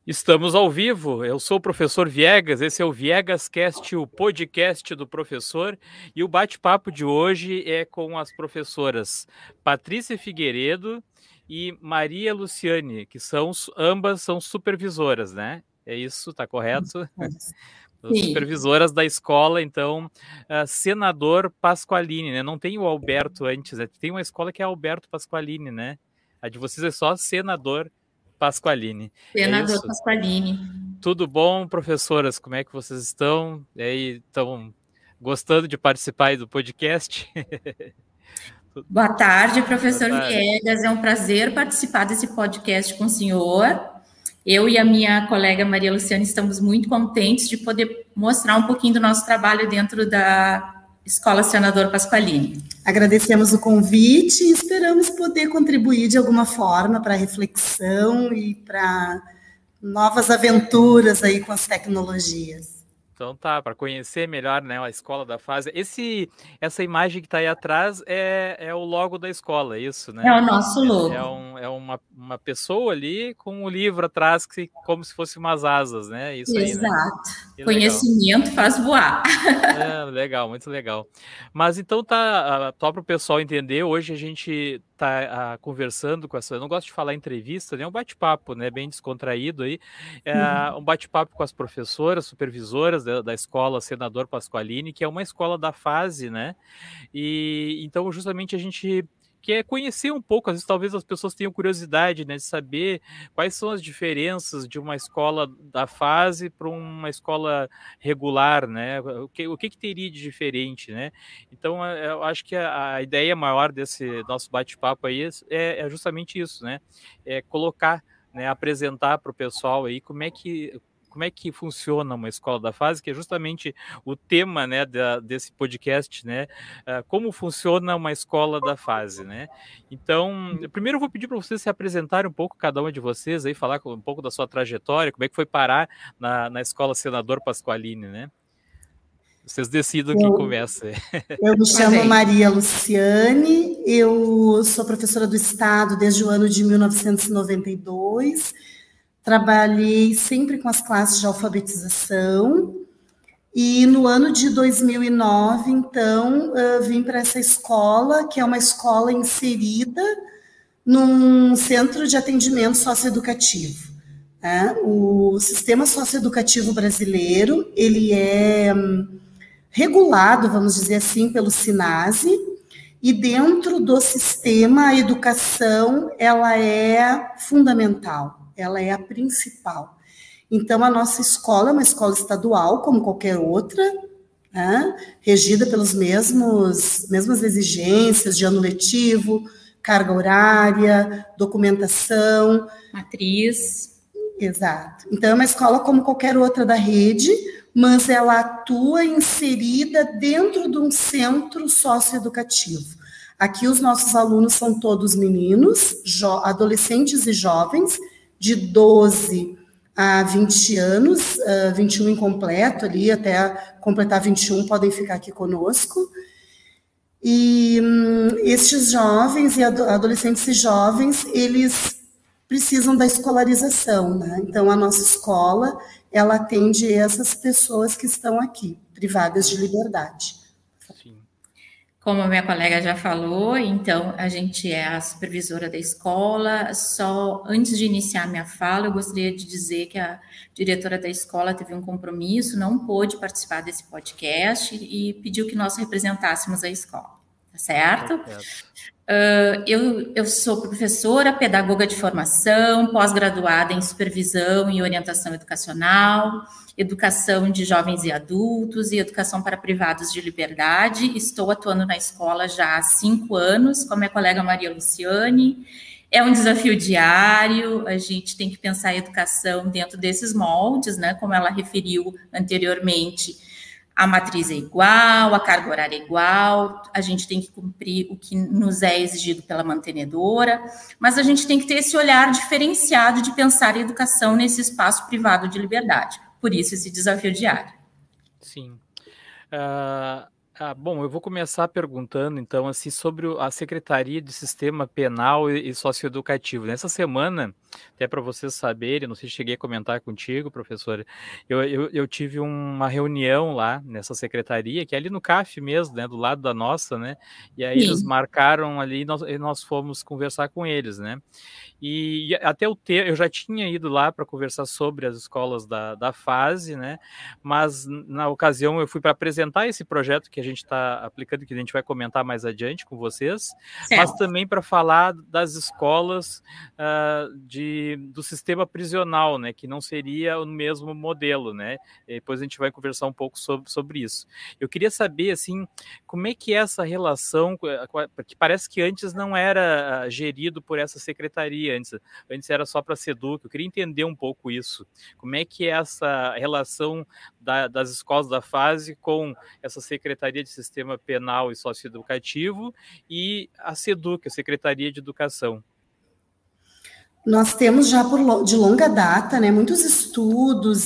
Estamos ao vivo, eu sou o professor Viegas, esse é o Viegas Cast, o podcast do professor, e o bate-papo de hoje é com as professoras Patrícia Figueiredo e Maria Luciane, que ambas são supervisoras, né? É isso, tá correto? As Sim. supervisoras da escola, então, Senador Pasqualini, né? Não tem o Alberto antes, né? Tem uma escola que é Alberto Pasqualini, né? A de vocês é só Senador Pasqualini. É Senador isso? Pasqualini. Tudo bom, professoras? Como é que vocês estão? E aí, estão gostando de participar aí do podcast? Boa tarde, professor Boa tarde. Viegas. É um prazer participar desse podcast com o senhor. Eu e a minha colega Maria Luciana estamos muito contentes de poder mostrar um pouquinho do nosso trabalho dentro da Escola Senador Pasqualini. Agradecemos o convite e esperamos poder contribuir de alguma forma para a reflexão e para novas aventuras aí com as tecnologias. Então tá, para conhecer melhor, né, a escola da fase. Essa imagem que está aí atrás é o logo da escola, é isso, né? É o nosso logo. É uma pessoa ali com um livro atrás, como se fosse umas asas, né? Isso aí, né? Exato. Conhecimento faz voar. Legal, muito legal. Mas então tá, só para o pessoal entender, hoje a gente tá conversando com essa. Eu não gosto de falar entrevista, né? Um bate-papo, né? Bem descontraído aí. Um bate-papo com as professoras, supervisoras da escola Senador Pasqualini, que é uma escola da fase, né? E então, justamente, a gente quer conhecer um pouco, às vezes talvez as pessoas tenham curiosidade, né, de saber quais são as diferenças de uma escola da fase para uma escola regular, né, o que teria de diferente, né? Então, eu acho que a ideia maior desse nosso bate-papo aí é justamente isso, né, é colocar, né, apresentar para o pessoal aí como é que funciona uma escola da fase, que é justamente o tema, né, desse podcast, né, como funciona uma escola da fase, né? Então, primeiro eu vou pedir para vocês se apresentarem um pouco, cada uma de vocês, aí, falar um pouco da sua trajetória, como é que foi parar na escola Senador Pasqualini, né? Vocês decidam quem começa. Eu me chamo Maria Luciane, eu sou professora do Estado desde o ano de 1992, trabalhei sempre com as classes de alfabetização e no ano de 2009, então, vim para essa escola, que é uma escola inserida num centro de atendimento socioeducativo. O sistema socioeducativo brasileiro, ele é regulado, vamos dizer assim, pelo SINASE, e dentro do sistema, a educação, ela é fundamental, ela é a principal. Então, a nossa escola é uma escola estadual, como qualquer outra, né, regida pelas mesmas exigências de ano letivo, carga horária, documentação. Matriz. Exato. Então, é uma escola como qualquer outra da rede, mas ela atua inserida dentro de um centro socioeducativo. Aqui os nossos alunos são todos meninos, adolescentes e jovens, de 12 a 20 anos, 21 incompleto ali, até completar 21 podem ficar aqui conosco. E estes jovens e adolescentes e jovens, eles precisam da escolarização, né? Então, a nossa escola, ela atende essas pessoas que estão aqui, privadas de liberdade. Sim. Como a minha colega já falou, então, a gente é a supervisora da escola. Só antes de iniciar minha fala, eu gostaria de dizer que a diretora da escola teve um compromisso, não pôde participar desse podcast e pediu que nós representássemos a escola, tá certo? Eu sou professora, pedagoga de formação, pós-graduada em supervisão e orientação educacional, educação de jovens e adultos e educação para privados de liberdade. Estou atuando na escola já há 5 anos com a minha colega Maria Luciane. É um desafio diário, a gente tem que pensar a educação dentro desses moldes, né? Como ela referiu anteriormente, a matriz é igual, a carga horária é igual, a gente tem que cumprir o que nos é exigido pela mantenedora, mas a gente tem que ter esse olhar diferenciado de pensar a educação nesse espaço privado de liberdade. Por isso, esse desafio diário. Sim. Bom, eu vou começar perguntando, então, assim, sobre a Secretaria de Sistema Penal e Socioeducativo. Nessa semana, até para vocês saberem, não sei se cheguei a comentar contigo, professora, eu tive uma reunião lá nessa secretaria, que é ali no CAF mesmo, né, do lado da nossa, né, e aí eles marcaram ali e nós fomos conversar com eles, né. E até eu já tinha ido lá para conversar sobre as escolas da fase, né? Mas na ocasião eu fui para apresentar esse projeto que a gente está aplicando, que a gente vai comentar mais adiante com vocês, mas também para falar das escolas do sistema prisional, né? Que não seria o mesmo modelo, né? E depois a gente vai conversar um pouco sobre isso. Eu queria saber, assim, como é que é essa relação, porque parece que antes não era gerido por essa secretaria, antes era só para a SEDUC. Eu queria entender um pouco isso. Como é que é essa relação das escolas da fase com essa Secretaria de Sistema Penal e Socioeducativo e a SEDUC, a Secretaria de Educação? Nós temos já de longa data, né, muitos estudos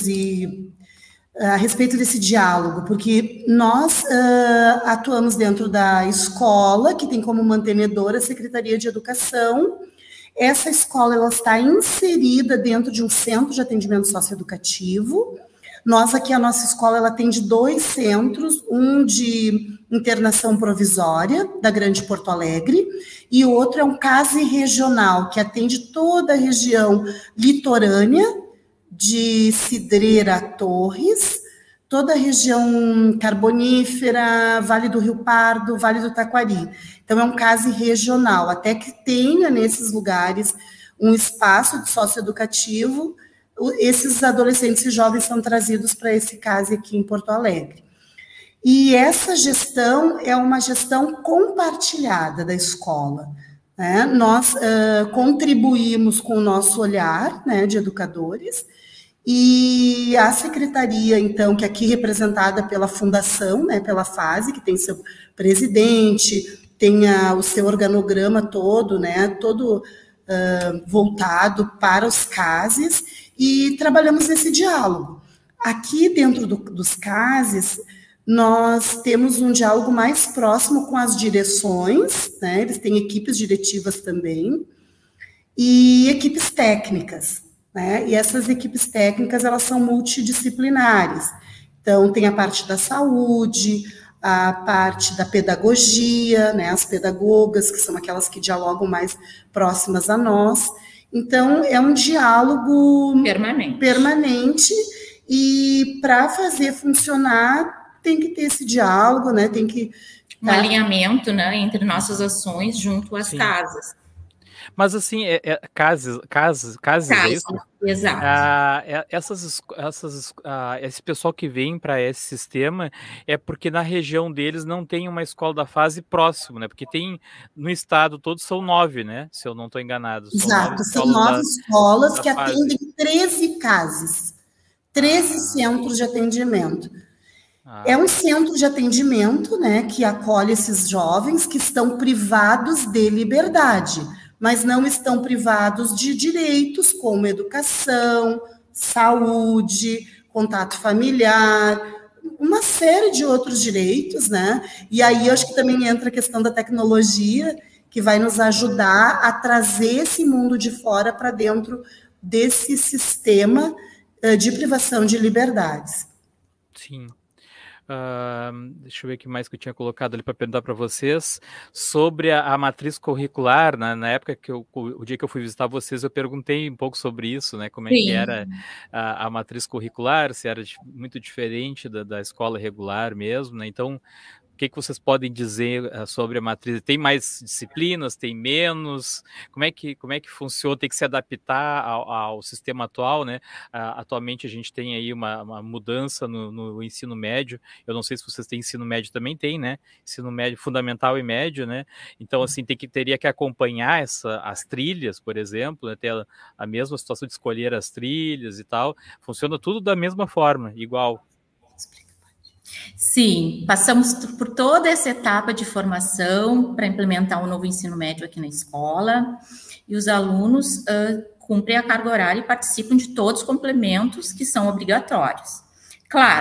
a respeito desse diálogo, porque nós atuamos dentro da escola, que tem como mantenedora a Secretaria de Educação. Essa escola ela está inserida dentro de um centro de atendimento socioeducativo. Nós aqui, a nossa escola, ela atende 2 centros, um de internação provisória, da Grande Porto Alegre, e o outro é um CASE regional, que atende toda a região litorânea, de Cidreira a Torres, toda a região carbonífera, Vale do Rio Pardo, Vale do Taquari. Então, é um CASE regional, até que tenha nesses lugares um espaço de socioeducativo. Esses adolescentes e jovens são trazidos para esse CASE aqui em Porto Alegre. E essa gestão é uma gestão compartilhada da escola, né? Nós contribuímos com o nosso olhar, né, de educadores, e a secretaria, então, que aqui é representada pela fundação, né, pela fase, que tem seu presidente, tem o seu organograma todo, né, todo voltado para os CASES, e trabalhamos esse diálogo. Aqui dentro dos CASES, nós temos um diálogo mais próximo com as direções, né, eles têm equipes diretivas também, e equipes técnicas, né, e essas equipes técnicas, elas são multidisciplinares. Então, tem a parte da saúde, a parte da pedagogia, né, as pedagogas, que são aquelas que dialogam mais próximas a nós. Então, é um diálogo permanente e para fazer funcionar, tem que ter esse diálogo, né, tem que... Um alinhamento, né, entre nossas ações junto às casas. Mas, assim, cases, é isso? Exato. Esse pessoal que vem para esse sistema é porque na região deles não tem uma escola da fase próximo, né? Porque tem, no estado todo, são 9, né? Se eu não estou enganado. Exato, são 9 escolas que atendem 13 CASES, 13 centros de atendimento. É um centro de atendimento, né, que acolhe esses jovens que estão privados de liberdade, mas não estão privados de direitos como educação, saúde, contato familiar, uma série de outros direitos, né? E aí eu acho que também entra a questão da tecnologia, que vai nos ajudar a trazer esse mundo de fora para dentro desse sistema de privação de liberdades. Sim. Deixa eu ver o que mais que eu tinha colocado ali para perguntar para vocês sobre a matriz curricular, né? Na época o dia que eu fui visitar vocês, eu perguntei um pouco sobre isso, né? Como é que era a matriz curricular, se era muito diferente da escola regular mesmo, né? Então, o que vocês podem dizer sobre a matriz? Tem mais disciplinas, tem menos? Como é que funciona? Tem que se adaptar ao sistema atual, né? Atualmente a gente tem aí uma mudança no ensino médio. Eu não sei se vocês têm ensino médio, também tem, né? Ensino médio fundamental e médio, né? Então, assim, teria que acompanhar as trilhas, por exemplo, né? Ter a mesma situação de escolher as trilhas e tal. Funciona tudo da mesma forma, igual. Sim, passamos por toda essa etapa de formação para implementar um novo ensino médio aqui na escola, e os alunos cumprem a carga horária e participam de todos os complementos que são obrigatórios. Claro,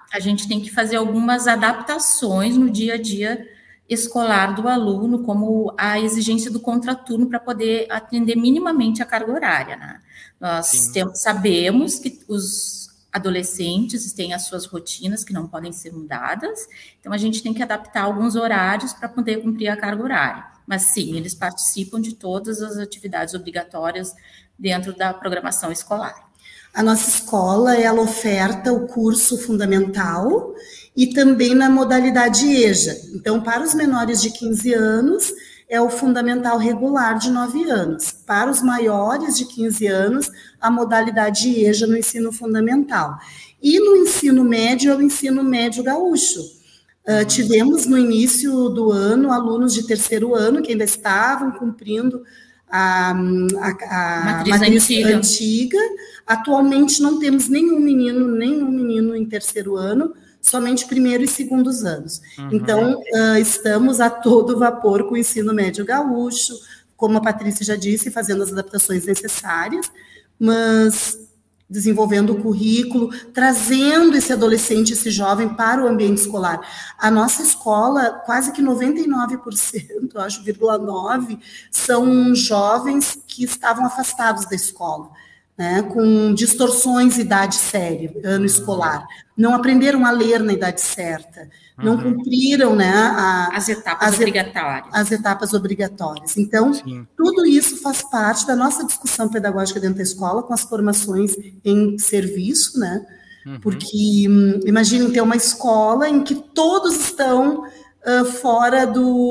a gente tem que fazer algumas adaptações no dia a dia escolar do aluno, como a exigência do contraturno para poder atender minimamente a carga horária, né? Nós sabemos que os adolescentes têm as suas rotinas que não podem ser mudadas, então a gente tem que adaptar alguns horários para poder cumprir a carga horária. Mas sim, eles participam de todas as atividades obrigatórias dentro da programação escolar. A nossa escola, ela oferta o curso fundamental e também na modalidade EJA. Então, para os menores de 15 anos, é o fundamental regular de 9 anos. Para os maiores de 15 anos, a modalidade EJA no ensino fundamental. E no ensino médio, é o ensino médio gaúcho. Tivemos no início do ano alunos de terceiro ano que ainda estavam cumprindo a matriz antiga. Atualmente não temos nenhum menino em terceiro ano, somente primeiro e segundos anos. Então, estamos a todo vapor com o ensino médio gaúcho, como a Patrícia já disse, fazendo as adaptações necessárias, mas desenvolvendo o currículo, trazendo esse adolescente, esse jovem para o ambiente escolar. A nossa escola, quase que 99%, acho, 0,9%, são jovens que estavam afastados da escola, né, com distorções de idade séria, ano escolar. Não aprenderam a ler na idade certa, não cumpriram, né, as etapas obrigatórias. Então, tudo isso faz parte da nossa discussão pedagógica dentro da escola, com as formações em serviço, né? Porque imaginem ter uma escola em que todos estão fora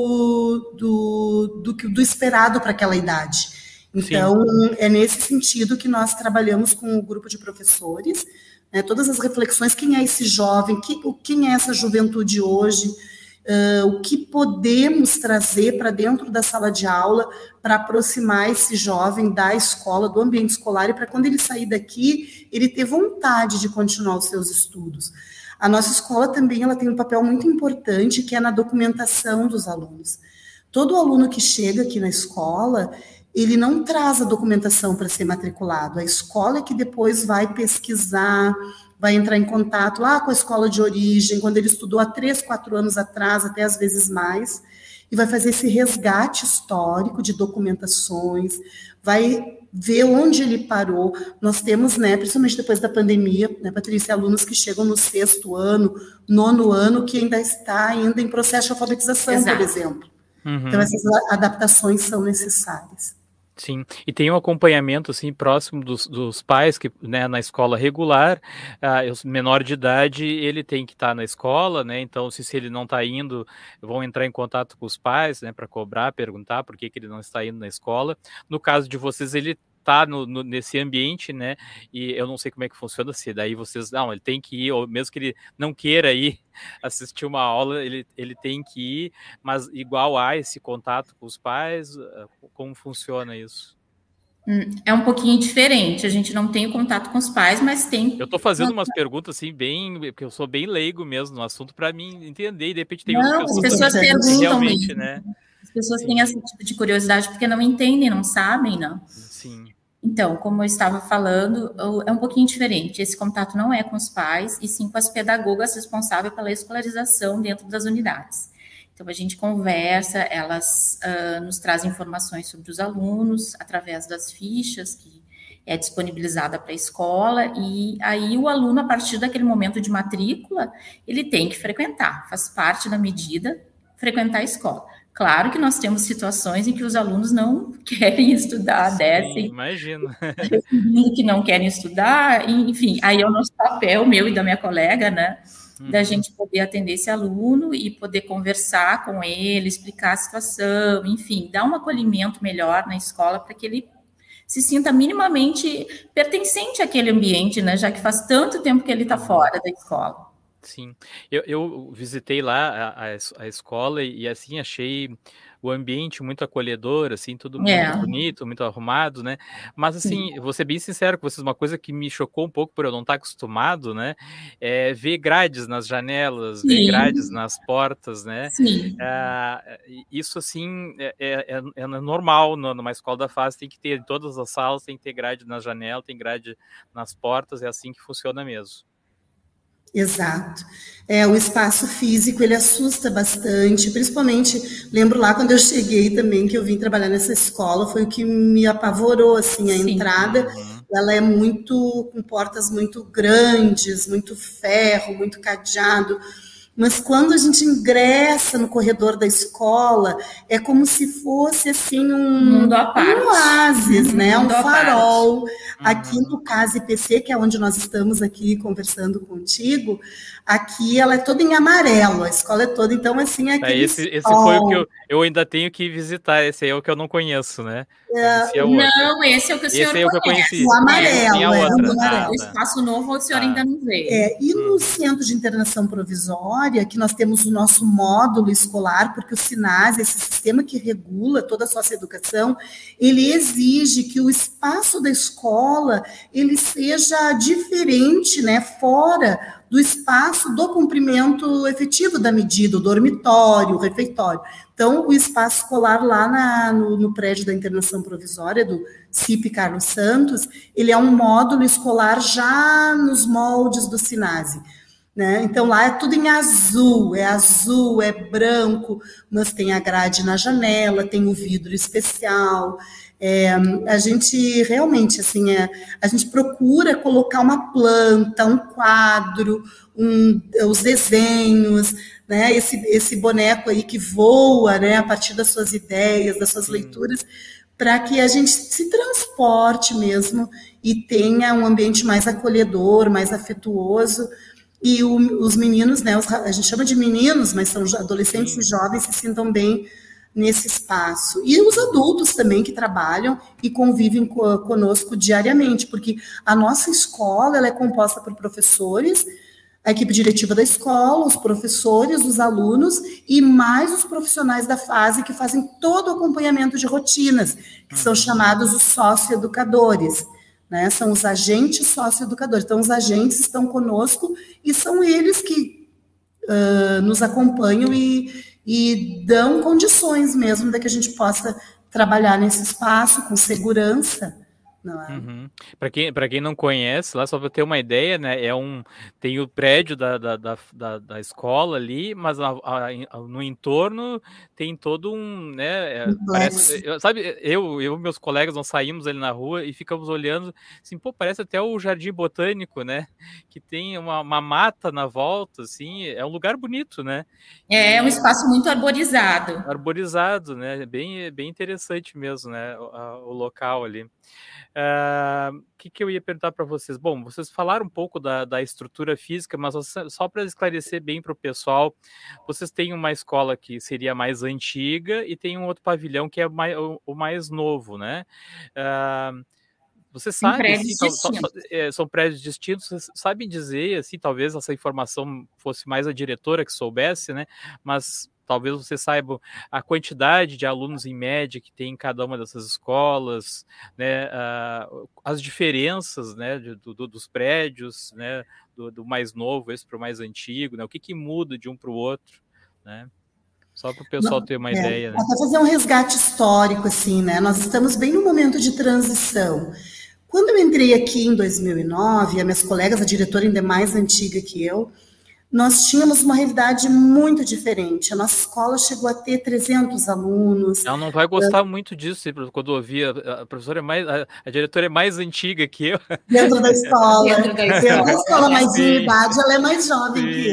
do esperado para aquela idade. Então, é nesse sentido que nós trabalhamos com o grupo de professores, né, todas as reflexões, quem é esse jovem, quem é essa juventude hoje, o que podemos trazer para dentro da sala de aula para aproximar esse jovem da escola, do ambiente escolar, e para quando ele sair daqui, ele ter vontade de continuar os seus estudos. A nossa escola também ela tem um papel muito importante, que é na documentação dos alunos. Todo aluno que chega aqui na escola, ele não traz a documentação para ser matriculado. A escola é que depois vai pesquisar, vai entrar em contato lá com a escola de origem, quando ele estudou há 3, 4 anos atrás, até às vezes mais, e vai fazer esse resgate histórico de documentações, vai ver onde ele parou. Nós temos, né, principalmente depois da pandemia, né, Patrícia, alunos que chegam no 6º ano, 9º ano, que ainda está em processo de alfabetização, por exemplo. Então, essas adaptações são necessárias. Sim, e tem um acompanhamento assim próximo dos pais que, né, na escola regular, o menor de idade ele tem que estar na escola, né? Então se ele não está indo, vão entrar em contato com os pais, né, para cobrar, perguntar por que ele não está indo na escola. No caso de vocês, ele está nesse ambiente, né? E eu não sei como é que funciona, se daí vocês, não, ele tem que ir, ou mesmo que ele não queira ir assistir uma aula, ele tem que ir, mas igual há esse contato com os pais, como funciona isso? É um pouquinho diferente, a gente não tem o contato com os pais, mas tem... Eu estou fazendo umas perguntas assim, porque eu sou bem leigo mesmo no assunto, para mim entender, e de repente tem outras pessoas que perguntam realmente, mesmo, né? As pessoas têm esse tipo de curiosidade porque não entendem, não sabem, não. Sim. Então, como eu estava falando, é um pouquinho diferente. Esse contato não é com os pais, e sim com as pedagogas responsáveis pela escolarização dentro das unidades. Então, a gente conversa, elas nos trazem informações sobre os alunos, através das fichas que é disponibilizada para a escola, e aí o aluno, a partir daquele momento de matrícula, ele tem que frequentar, faz parte da medida, frequentar a escola. Claro que nós temos situações em que os alunos não querem estudar, descem. Imagino. Que não querem estudar, enfim, aí é o nosso papel, meu e da minha colega, né, da gente poder atender esse aluno e poder conversar com ele, explicar a situação, enfim, dar um acolhimento melhor na escola para que ele se sinta minimamente pertencente àquele ambiente, né, já que faz tanto tempo que ele está fora da escola. Sim, eu visitei lá a escola e assim achei o ambiente muito acolhedor, assim, tudo muito bonito, muito arrumado, né? Mas assim, vou ser bem sincero com vocês, uma coisa que me chocou um pouco por eu não estar acostumado, né? É ver grades nas janelas, ver grades nas portas, né? Isso assim é normal numa escola da FAS, tem que ter em todas as salas, tem que ter grade na janela, tem grade nas portas, é assim que funciona mesmo. Exato. O espaço físico, ele assusta bastante, principalmente, lembro lá quando eu cheguei também, que eu vim trabalhar nessa escola, foi o que me apavorou, assim, a entrada, ela é com portas muito grandes, muito ferro, muito cadeado, mas quando a gente ingressa no corredor da escola, é como se fosse, assim, um oásis, né? Um farol. Aqui no CAS IPC, que é onde nós estamos aqui conversando contigo, aqui ela é toda em amarelo, a escola é toda, então, assim, esse foi o que eu ainda tenho que visitar, esse aí é o que eu não conheço, né? Não, esse é o que o senhor conhece. É o que eu conheci. O amarelo, o espaço novo o senhor ainda não vê. E no Centro de Internação Provisória, que nós temos o nosso módulo escolar, porque o SINASE, esse sistema que regula toda a socioeducação, ele exige que o espaço da escola ele seja diferente, né, fora do espaço do cumprimento efetivo da medida, o dormitório, o refeitório. Então, o espaço escolar lá no prédio da internação provisória do CIP Carlos Santos, ele é um módulo escolar já nos moldes do SINASE. Né? Então, lá é tudo em azul, é branco, mas tem a grade na janela, tem o vidro especial. A gente realmente, assim, a gente procura colocar uma planta, um quadro, os desenhos, né? Esse boneco aí que voa, né? A partir das suas ideias, das suas leituras, para que a gente se transporte mesmo e tenha um ambiente mais acolhedor, mais afetuoso. E os meninos, né, a gente chama de meninos, mas são adolescentes e jovens, se sintam bem nesse espaço. E os adultos também que trabalham e convivem conosco diariamente, porque a nossa escola ela é composta por professores, a equipe diretiva da escola, os professores, os alunos e mais os profissionais da fase que fazem todo o acompanhamento de rotinas, que são chamados os socioeducadores. Né, são os agentes socioeducadores. Então, os agentes estão conosco e são eles que nos acompanham e dão condições mesmo para que a gente possa trabalhar nesse espaço com segurança. Não é? Para quem não conhece, lá só para ter uma ideia, né, tem o prédio da escola ali, mas no entorno tem todo né, sabe, eu e meus colegas nós saímos ali na rua e ficamos olhando, assim, parece até o Jardim Botânico, né, que tem uma mata na volta, assim, é um lugar bonito, né? É um espaço muito arborizado. Arborizado, né, bem interessante mesmo, né, o local ali. Que eu ia perguntar para vocês? Bom, vocês falaram um pouco da estrutura física, mas só para esclarecer bem para o pessoal, vocês têm uma escola que seria mais antiga e tem um outro pavilhão que é o mais novo, né? Você sabe, assim, são prédios distintos, vocês sabem dizer, assim, talvez essa informação fosse mais a diretora que soubesse, né? Mas talvez você saiba a quantidade de alunos em média que tem em cada uma dessas escolas, né, as diferenças, né, dos prédios, né, do mais novo para o mais antigo, né, o que muda de um para o outro, né? Só para o pessoal ter uma ideia. Né? Para fazer um resgate histórico, assim, né? Nós estamos bem no momento de transição. Quando eu entrei aqui em 2009, as minhas colegas, a diretora ainda é mais antiga que eu, nós tínhamos uma realidade muito diferente. A nossa escola chegou a ter 300 alunos. Ela não vai gostar muito disso, quando ouvir a professora a diretora é mais antiga que eu. Dentro da escola. Dentro da escola, mas em idade ela é mais jovem que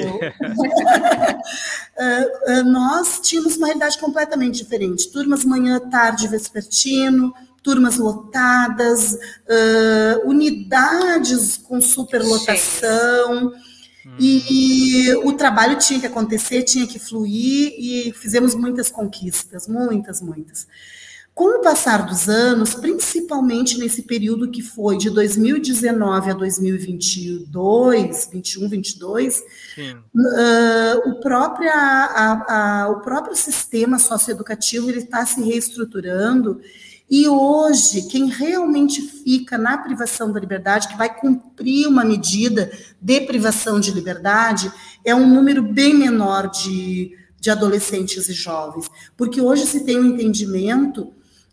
eu. Nós tínhamos uma realidade completamente diferente. Turmas manhã, tarde, vespertino, turmas lotadas, unidades com superlotação. E o trabalho tinha que acontecer, tinha que fluir, e fizemos muitas conquistas, muitas. Com o passar dos anos, principalmente nesse período que foi de 2019 a 2022, 21, 22, o próprio sistema socioeducativo ele está se reestruturando. E hoje, quem realmente fica na privação da liberdade, que vai cumprir uma medida de privação de liberdade, é um número bem menor de adolescentes e jovens. Porque hoje se tem um entendimento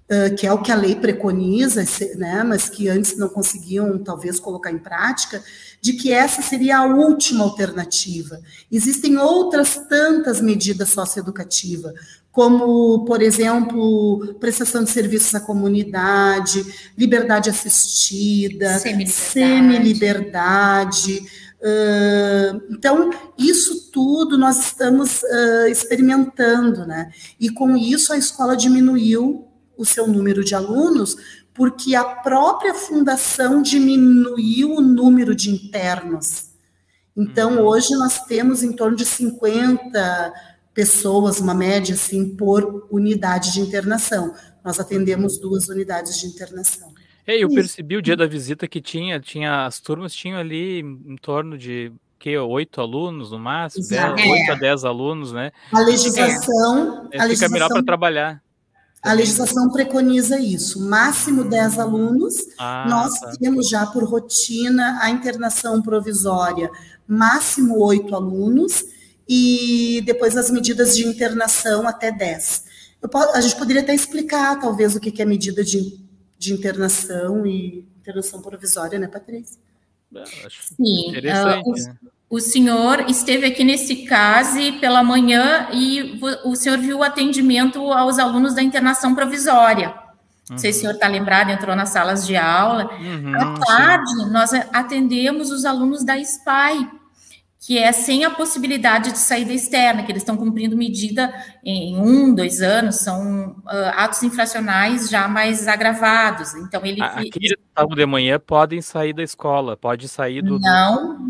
que é o que a lei preconiza, né, mas que antes não conseguiam, talvez, colocar em prática, de que essa seria a última alternativa. Existem outras tantas medidas socioeducativas, como, por exemplo, prestação de serviços à comunidade, liberdade assistida, semi-liberdade. Então, isso tudo nós estamos experimentando, né? E com isso a escola diminuiu o seu número de alunos, porque a própria fundação diminuiu o número de internos. Então, hoje nós temos em torno de 50 pessoas, uma média assim, por unidade de internação. Nós atendemos 2 unidades de internação. Eu percebi o dia da visita que as turmas tinham ali em torno de 8 alunos no máximo, 8 a 10 alunos, né? A legislação... Fica melhor para trabalhar. A legislação preconiza isso, máximo 10 alunos. Nós temos já por rotina a internação provisória, máximo 8 alunos, e depois as medidas de internação até 10. A gente poderia até explicar, talvez, o que é medida de internação e internação provisória, né, Patrícia? Sim, interessante, né? O senhor esteve aqui nesse caso pela manhã e o senhor viu o atendimento aos alunos da internação provisória. Não sei se o senhor está lembrado, entrou nas salas de aula. À tarde, nós atendemos os alunos da SPAI, que é sem a possibilidade de saída externa, que eles estão cumprindo medida em 1, 2 anos, são atos infracionais já mais agravados. Então, aqui, sábado de manhã, podem sair da escola, pode sair do... Não,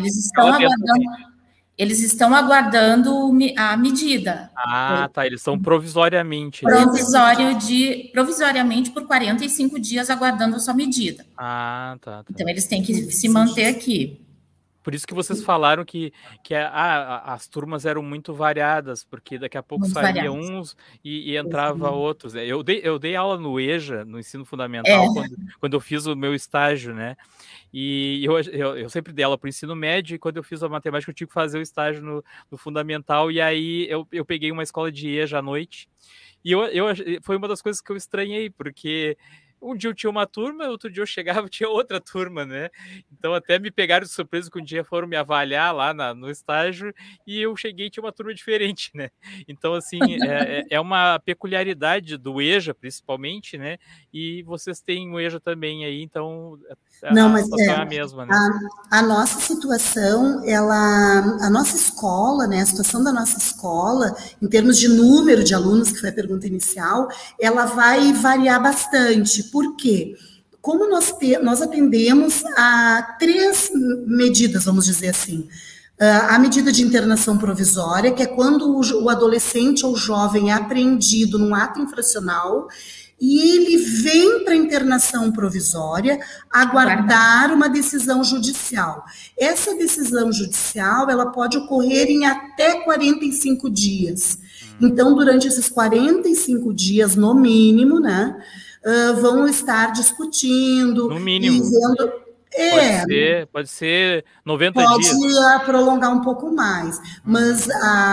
eles estão aguardando a medida. Eles estão provisoriamente. Provisoriamente por 45 dias aguardando a sua medida. Então, eles têm que se manter aqui. Por isso que vocês falaram que as turmas eram muito variadas, porque daqui a pouco saía uns e entrava outros. Eu dei aula no EJA, no ensino fundamental, quando eu fiz o meu estágio, né? E eu sempre dei aula para o ensino médio, e quando eu fiz a matemática eu tive que fazer o estágio no fundamental, e aí eu peguei uma escola de EJA à noite, e foi uma das coisas que eu estranhei, porque... Um dia eu tinha uma turma, outro dia eu chegava e tinha outra turma, né? Então até me pegaram de surpresa que um dia foram me avaliar lá no estágio e eu cheguei e tinha uma turma diferente, né? Então, assim, é uma peculiaridade do EJA, principalmente, né? E vocês têm o EJA também aí, então a situação é a mesma, né? A nossa situação, a nossa escola, né? A situação da nossa escola, em termos de número de alunos, que foi a pergunta inicial, ela vai variar bastante. Por quê? Como nós atendemos a 3 medidas, vamos dizer assim. A medida de internação provisória, que é quando o adolescente ou o jovem é apreendido num ato infracional e ele vem para a internação provisória aguardar uma decisão judicial. Essa decisão judicial, ela pode ocorrer em até 45 dias. Então, durante esses 45 dias, no mínimo, né, vão estar discutindo. No mínimo. E vendo, pode ser 90 dias. Pode prolongar um pouco mais. Mas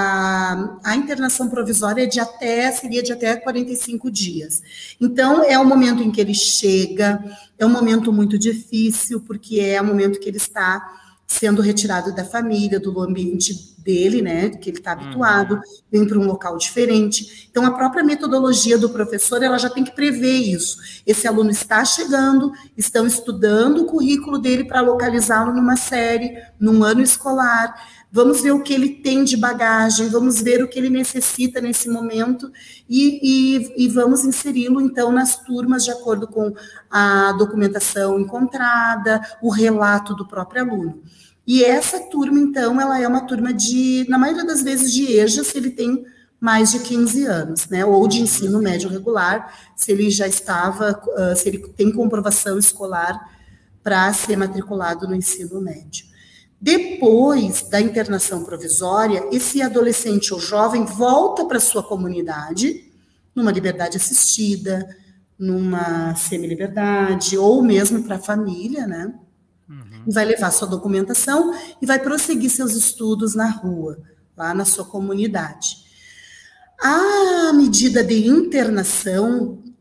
a internação provisória seria de até 45 dias. Então, é o momento em que ele chega, é um momento muito difícil, porque é o momento que ele está sendo retirado da família, do ambiente dele, né, que ele está habituado, vem para um local diferente. Então, a própria metodologia do professor, ela já tem que prever isso. Esse aluno está chegando, estão estudando o currículo dele para localizá-lo numa série, num ano escolar. Vamos ver o que ele tem de bagagem, vamos ver o que ele necessita nesse momento e vamos inseri-lo, então, nas turmas de acordo com a documentação encontrada, o relato do próprio aluno. E essa turma, então, ela é uma turma na maioria das vezes, de EJA, se ele tem mais de 15 anos, né? Ou de ensino médio regular, se ele já se ele tem comprovação escolar para ser matriculado no ensino médio. Depois da internação provisória, esse adolescente ou jovem volta para sua comunidade, numa liberdade assistida, numa semi-liberdade, ou mesmo para a família, né? E vai levar sua documentação e vai prosseguir seus estudos na rua, lá na sua comunidade. A medida de internação,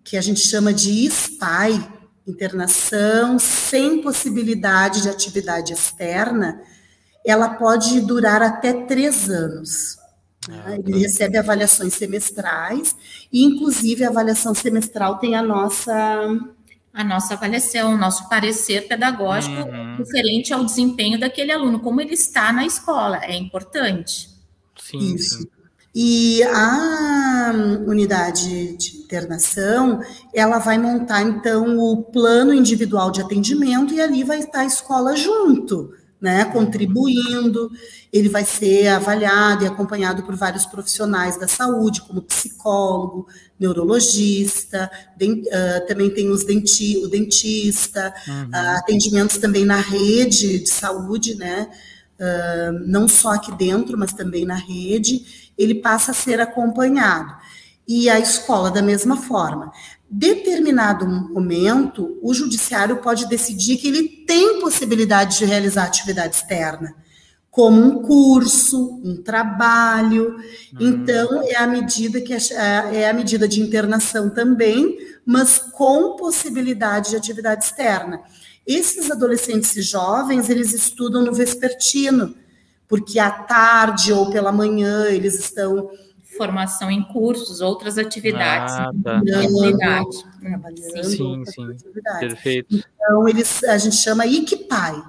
que a gente chama de SPAI, internação sem possibilidade de atividade externa, ela pode durar até 3 anos. Ele recebe avaliações semestrais, e inclusive a avaliação semestral tem a nossa avaliação, nosso parecer pedagógico referente ao desempenho daquele aluno, como ele está na escola, é importante. Sim, isso. Sim. E a unidade de internação, ela vai montar, então, o plano individual de atendimento, e ali vai estar a escola junto, né, contribuindo. Ele vai ser avaliado e acompanhado por vários profissionais da saúde, como psicólogo, neurologista, também tem o dentista, atendimentos também na rede de saúde, né, não só aqui dentro, mas também na rede. Ele passa a ser acompanhado. E a escola, da mesma forma. Determinado momento, o judiciário pode decidir que ele tem possibilidade de realizar atividade externa, como um curso, um trabalho. Então, é a medida de internação também, mas com possibilidade de atividade externa. Esses adolescentes e jovens, eles estudam no vespertino, porque à tarde ou pela manhã eles estão... Formação em cursos, outras atividades. Trabalhando. Sim, perfeito. Então, a gente chama ICPAI.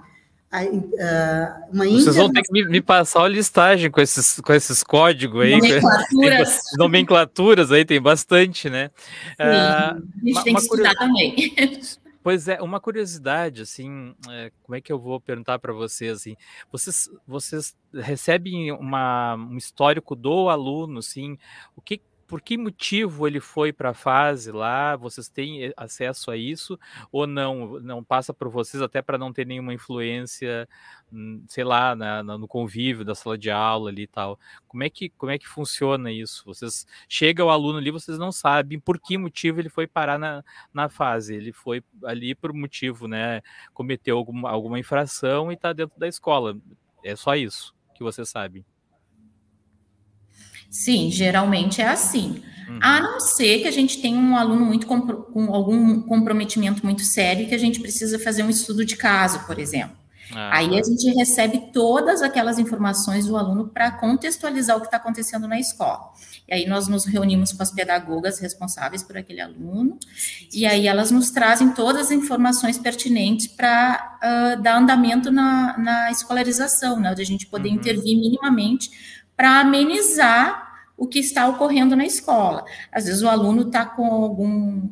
Vocês vão ter que me passar a listagem com esses códigos aí. Nomenclaturas aí, tem bastante, né? Sim, a gente tem que estudar também. Pois é, uma curiosidade, assim, como é que eu vou perguntar para vocês, assim, vocês recebem um histórico do aluno, assim, por que motivo ele foi para a fase lá? Vocês têm acesso a isso ou não passa por vocês, até para não ter nenhuma influência, sei lá, no convívio da sala de aula ali e tal? Como é que funciona isso? Chega o aluno ali, vocês não sabem por que motivo ele foi parar na fase. Ele foi ali por motivo, né? Cometeu alguma infração e está dentro da escola. É só isso que vocês sabem. Sim, geralmente é assim. A não ser que a gente tenha um aluno com algum comprometimento muito sério, que a gente precisa fazer um estudo de caso, por exemplo. Aí a gente recebe todas aquelas informações do aluno para contextualizar o que está acontecendo na escola. E aí nós nos reunimos com as pedagogas responsáveis por aquele aluno, e aí elas nos trazem todas as informações pertinentes para dar andamento na escolarização, né? De a gente poder intervir minimamente para amenizar o que está ocorrendo na escola. Às vezes o aluno está com algum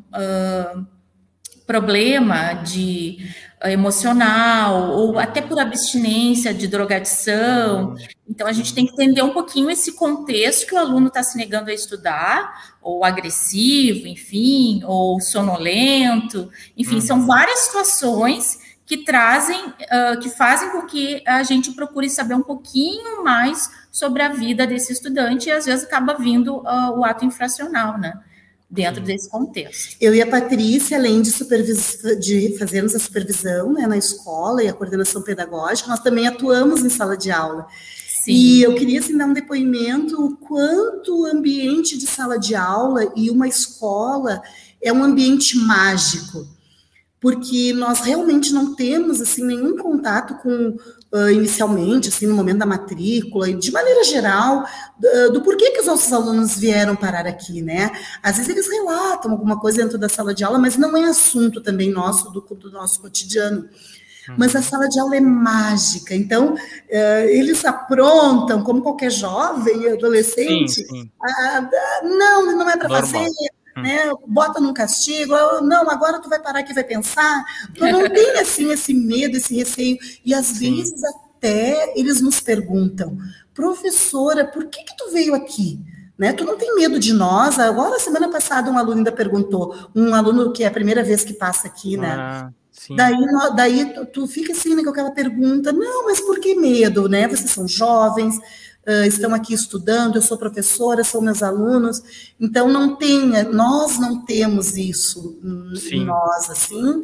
problema emocional, ou até por abstinência de drogadição. Então, a gente tem que entender um pouquinho esse contexto que o aluno está se negando a estudar, ou agressivo, enfim, ou sonolento. Enfim, são várias situações que fazem com que a gente procure saber um pouquinho mais sobre a vida desse estudante, e às vezes acaba vindo o ato infracional, né? Dentro desse contexto. Eu e a Patrícia, além de fazermos a supervisão, né, na escola e a coordenação pedagógica, nós também atuamos em sala de aula. Sim. E eu queria assim, dar um depoimento o quanto o ambiente de sala de aula e uma escola é um ambiente mágico, porque nós realmente não temos assim, nenhum contato com, inicialmente, assim, no momento da matrícula, e de maneira geral, do porquê que os nossos alunos vieram parar aqui, né? Às vezes eles relatam alguma coisa dentro da sala de aula, mas não é assunto também nosso, do nosso cotidiano. Mas a sala de aula é mágica, então eles aprontam, como qualquer jovem, adolescente, sim. Não é para fazer... Né? Bota num castigo, não, agora tu vai parar aqui e vai pensar. Tu não tem assim esse medo, esse receio. E às vezes até eles nos perguntam, professora, por que tu veio aqui? Né? Tu não tem medo de nós? Agora, semana passada, um aluno ainda perguntou, um aluno que é a primeira vez que passa aqui, né? Daí tu fica assim, né, com aquela pergunta, não, mas por que medo, né? Vocês são jovens, estão aqui estudando, eu sou professora, são meus alunos, então nós não temos isso em nós, assim,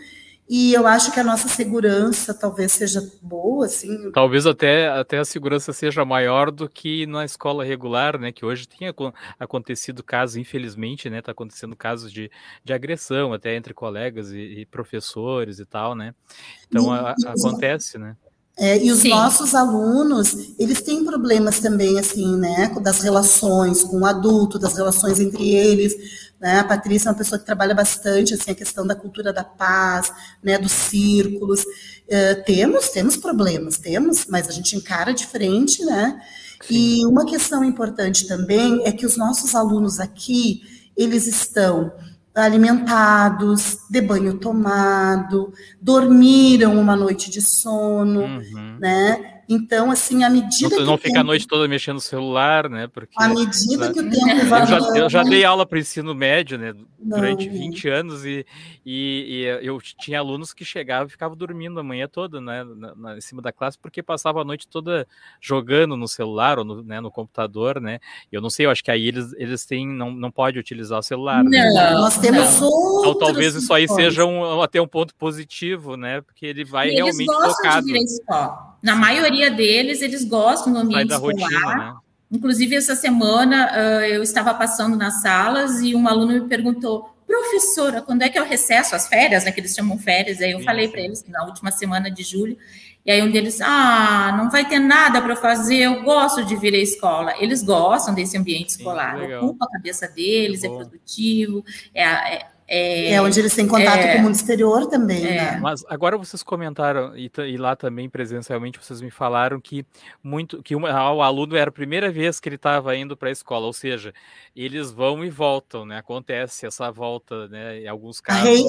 E eu acho que a nossa segurança talvez seja boa, assim. Talvez até a segurança seja maior do que na escola regular, né? Que hoje tem acontecido casos, infelizmente, né? Tá acontecendo casos de agressão até entre colegas e professores e tal, né? Então acontece, né? E os nossos alunos, eles têm problemas também, assim, né, das relações com o adulto, das relações entre eles, né, a Patrícia é uma pessoa que trabalha bastante, assim, a questão da cultura da paz, né, dos círculos, temos problemas, mas a gente encara de frente, né, Sim. E uma questão importante também é que os nossos alunos aqui, eles estão alimentados, de banho tomado, dormiram uma noite de sono, né? Então, assim, à medida que não fica a noite toda mexendo no celular, né? Porque à medida que o tempo vai eu já dei aula para o ensino médio, né? Durante 20 anos e eu tinha alunos que chegavam e ficavam dormindo a manhã toda, né? Em cima da classe, porque passava a noite toda jogando no celular ou no computador, né? Eu não sei, eu acho que aí eles têm, não pode utilizar o celular. Não, né? Nós temos então, talvez isso aí seja até um ponto positivo, né? Porque ele vai realmente focado. De vir à escola. Na maioria deles, eles gostam do ambiente escolar. Rotina, né? Inclusive, essa semana, eu estava passando nas salas e um aluno me perguntou, professora, quando é que é o recesso, as férias, né, que eles chamam férias? Aí eu falei para eles que na última semana de julho, e aí um deles, não vai ter nada para fazer, eu gosto de vir à escola. Eles gostam desse ambiente escolar, ocupa a cabeça deles, é produtivo, onde eles têm contato com o mundo exterior também, né? Mas agora vocês comentaram, e lá também presencialmente, vocês me falaram que o aluno era a primeira vez que ele estava indo para a escola, ou seja, eles vão e voltam, né? Acontece essa volta, né? Em alguns casos.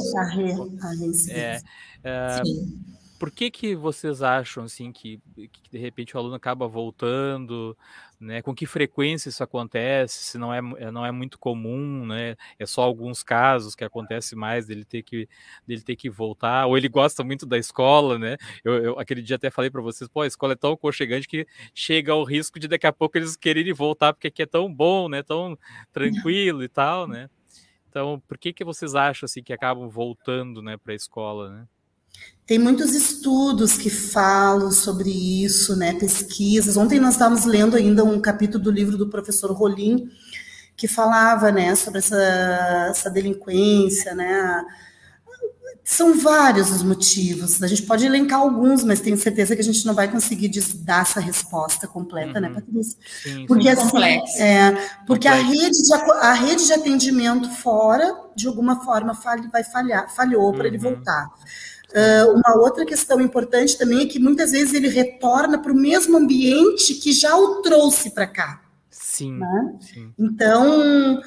Sim. Por que vocês acham assim que de repente o aluno acaba voltando, né? Com que frequência isso acontece? Se não é muito comum, né? É só alguns casos que acontece mais dele ter que voltar, ou ele gosta muito da escola, né? Eu aquele dia até falei para vocês, a escola é tão aconchegante que chega ao risco de daqui a pouco eles quererem voltar porque aqui é tão bom, né? Tão tranquilo e tal, né? Então, por que vocês acham assim que acabam voltando, né, para a escola, né? Tem muitos estudos que falam sobre isso, né? Pesquisas. Ontem nós estávamos lendo ainda um capítulo do livro do professor Rolim, que falava, né, sobre essa delinquência, né? São vários os motivos. A gente pode elencar alguns, mas tenho certeza que a gente não vai conseguir dar essa resposta completa, né, Patrícia? Sim, porque assim, porque a rede de atendimento fora, de alguma forma, falhou para ele voltar. Uma outra questão importante também é que muitas vezes ele retorna para o mesmo ambiente que já o trouxe para cá. Sim, né? Sim. Então,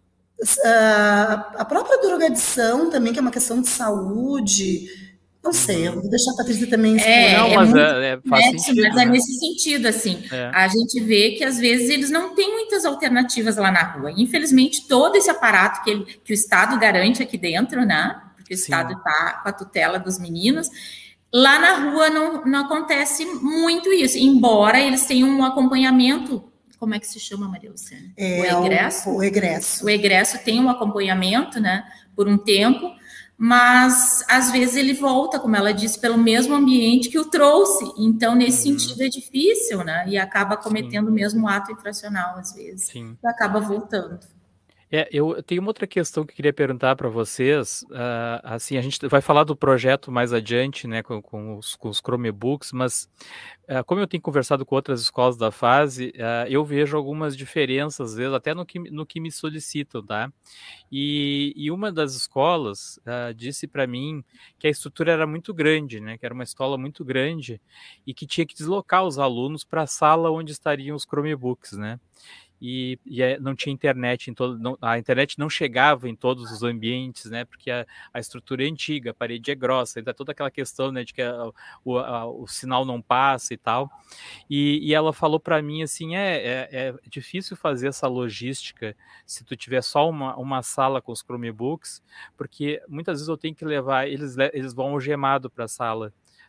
a própria drogadição também, que é uma questão de saúde, não sei, eu vou deixar a Patrícia também explorar. Faz sentido. Mas é nesse sentido, assim, a gente vê que às vezes eles não têm muitas alternativas lá na rua. Infelizmente, todo esse aparato que o Estado garante aqui dentro, né? Que o Estado está com a tutela dos meninos, lá na rua não acontece muito isso, embora eles tenham um acompanhamento, como é que se chama, Maria Luciana? O egresso? O egresso. O egresso tem um acompanhamento, né, por um tempo, mas às vezes ele volta, como ela disse, pelo mesmo ambiente que o trouxe, então nesse sentido é difícil, né, e acaba cometendo o mesmo ato infracional às vezes, e acaba voltando. Eu tenho uma outra questão que eu queria perguntar para vocês. Assim, a gente vai falar do projeto mais adiante, né, com os Chromebooks, mas como eu tenho conversado com outras escolas da fase, eu vejo algumas diferenças, às vezes, até no que me solicitam, tá? E uma das escolas disse para mim que a estrutura era muito grande, né, que era uma escola muito grande e que tinha que deslocar os alunos para a sala onde estariam os Chromebooks, né? E não tinha internet a internet não chegava em todos os ambientes, né? Porque a estrutura é antiga, a parede é grossa, ainda toda aquela questão, né, de que o sinal não passa e tal. E ela falou para mim assim, é difícil fazer essa logística se tu tiver só uma sala com os Chromebooks, porque muitas vezes eu tenho que levar, eles vão algemado para a sala,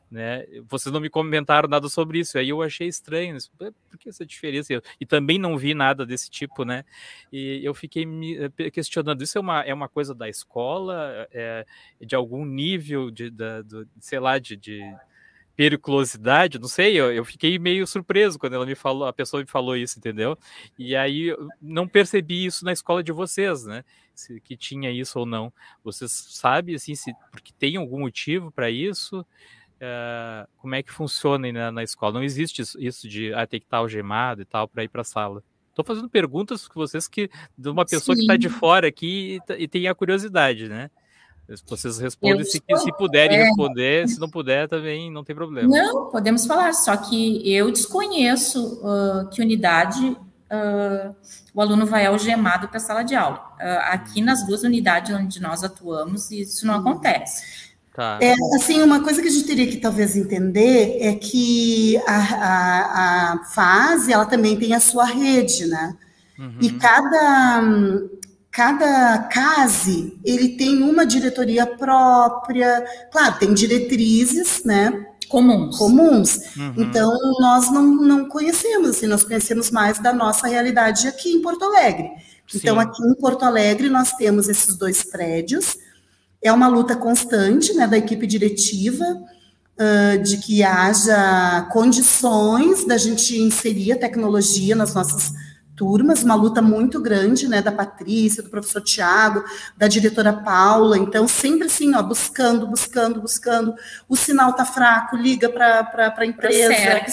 né? Vocês não me comentaram nada sobre isso, aí eu achei estranho, por que essa diferença? E também não vi nada desse tipo, né? E eu fiquei me questionando, isso é uma coisa da escola, de algum nível sei lá, de periculosidade, não sei, eu fiquei meio surpreso quando a pessoa me falou isso, entendeu? E aí eu não percebi isso na escola de vocês, né? Que tinha isso ou não. Vocês sabem, assim, porque tem algum motivo para isso? Como é que funciona na escola? Não existe isso de ter que estar algemado e tal para ir para a sala. Estou fazendo perguntas com vocês de uma pessoa que está de fora aqui e tem a curiosidade, né? Vocês respondem se puderem responder, se não puder também não tem problema. Não, podemos falar, só que eu desconheço que unidade o aluno vai algemado para a sala de aula. Aqui nas 2 unidades onde nós atuamos, isso não acontece. Tá. Assim, uma coisa que a gente teria que talvez entender é que a fase, ela também tem a sua rede, né? Uhum. E cada CASE, ele tem uma diretoria própria, claro, tem diretrizes, né? Comuns. Uhum. Então, nós não conhecemos, assim, nós conhecemos mais da nossa realidade aqui em Porto Alegre. Sim. Então, aqui em Porto Alegre, nós temos esses 2 prédios. É uma luta constante, né, da equipe diretiva, de que haja condições da gente inserir a tecnologia nas nossas turmas, uma luta muito grande, né, da Patrícia, do professor Tiago, da diretora Paula. Então, sempre assim, buscando, o sinal tá fraco, liga para a empresa,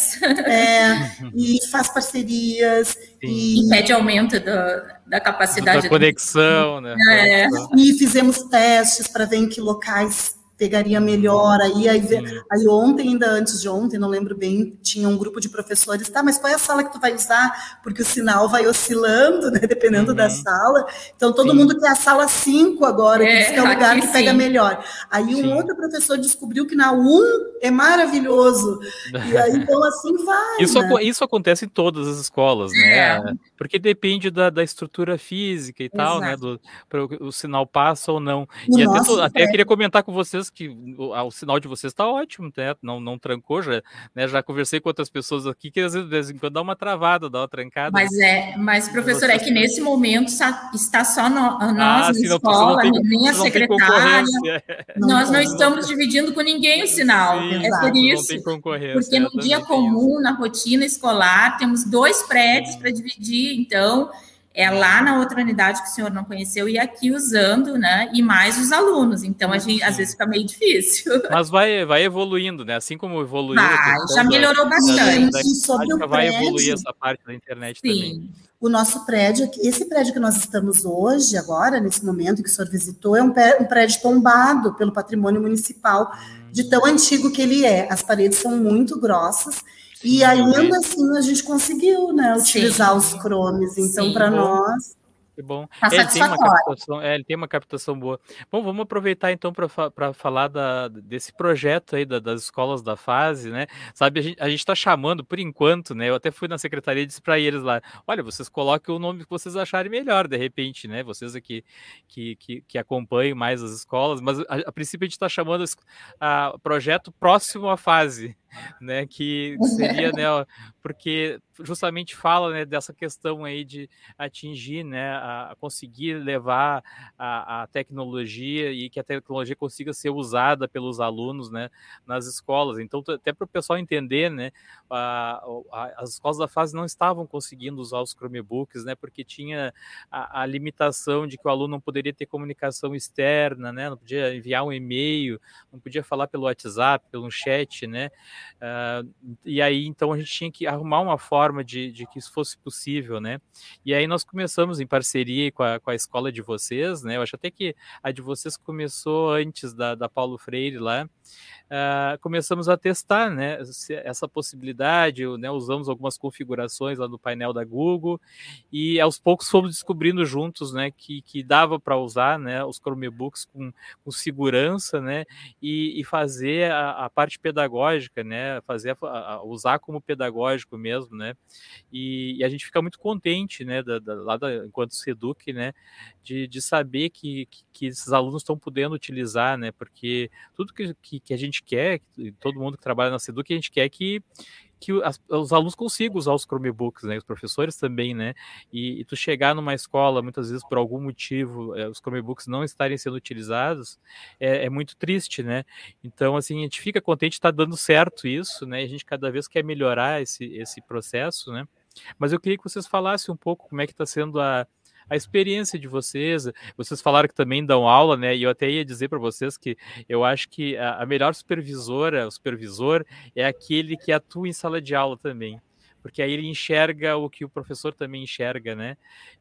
e faz parcerias, e pede aumento da capacidade da conexão, né? E fizemos testes para ver em que locais pegaria melhor, aí ontem, ainda antes de ontem, não lembro bem, tinha um grupo de professores, mas qual é a sala que tu vai usar? Porque o sinal vai oscilando, né, dependendo da sala, então todo mundo quer a sala 5 agora, que é o lugar que pega melhor. Aí um outro professor descobriu que na 1 é maravilhoso, e aí então assim vai. Isso acontece em todas as escolas, né, porque depende da estrutura física e tal, né, o sinal passa ou não. E até queria comentar com vocês que o sinal de vocês está ótimo, né? Não trancou, já conversei com outras pessoas aqui que às vezes de vez em quando dá uma travada, dá uma trancada. Mas professor, é que nesse momento está só nós na escola, nem a secretária, nós não estamos dividindo com ninguém o sinal, por isso, não tem concorrência, porque no dia comum, na rotina escolar, temos 2 prédios para dividir, então lá na outra unidade que o senhor não conheceu e aqui usando, né? E mais os alunos. Então, a gente às vezes fica meio difícil. Mas vai evoluindo, né? Assim como evoluiu. Já melhorou bastante. Vai evoluir essa parte da internet também. O nosso prédio, esse prédio que nós estamos hoje, agora, nesse momento que o senhor visitou, é um prédio tombado pelo patrimônio municipal, de tão antigo que ele é. As paredes são muito grossas. E ainda assim a gente conseguiu, né, utilizar os Chromes. Então, para nós... Que bom. Ele tem uma captação boa. Bom, vamos aproveitar então para falar desse projeto aí das escolas da fase, né? Sabe, a gente está chamando por enquanto, né? Eu até fui na secretaria e disse para eles lá: olha, vocês coloquem o nome que vocês acharem melhor, de repente, né? Vocês aqui que acompanham mais as escolas, mas a princípio a gente está chamando a projeto próximo à fase, né? Que seria, né? Porque justamente fala, né, dessa questão aí de atingir, né, a conseguir levar a tecnologia e que a tecnologia consiga ser usada pelos alunos, né, nas escolas. Então, até para o pessoal entender, né, as escolas da fase não estavam conseguindo usar os Chromebooks, né, porque tinha a limitação de que o aluno não poderia ter comunicação externa, né, não podia enviar um e-mail, não podia falar pelo WhatsApp, pelo chat, né, e aí então a gente tinha que arrumar uma forma de que isso fosse possível, né? E aí nós começamos em parceria com a escola de vocês, né? Eu acho até que a de vocês começou antes da Paulo Freire lá. Começamos a testar, né, essa possibilidade, né, usamos algumas configurações lá no painel da Google e aos poucos fomos descobrindo juntos, né, que dava para usar, né, os Chromebooks com segurança, né, e fazer a parte pedagógica, né, né? Usar como pedagógico mesmo, né? E a gente fica muito contente, né? Enquanto Seduc, né? De saber que esses alunos estão podendo utilizar, né? Porque tudo que a gente quer, todo mundo que trabalha na Seduc, a gente quer que os alunos consigam usar os Chromebooks, né? Os professores também, né? E tu chegar numa escola, muitas vezes, por algum motivo, os Chromebooks não estarem sendo utilizados, é muito triste, né? Então, assim, a gente fica contente de estar dando certo isso, né? A gente cada vez quer melhorar esse processo, né? Mas eu queria que vocês falassem um pouco como é que está sendo a experiência de vocês. Vocês falaram que também dão aula, né? E eu até ia dizer para vocês que eu acho que a melhor o supervisor, é aquele que atua em sala de aula também. Porque aí ele enxerga o que o professor também enxerga, né?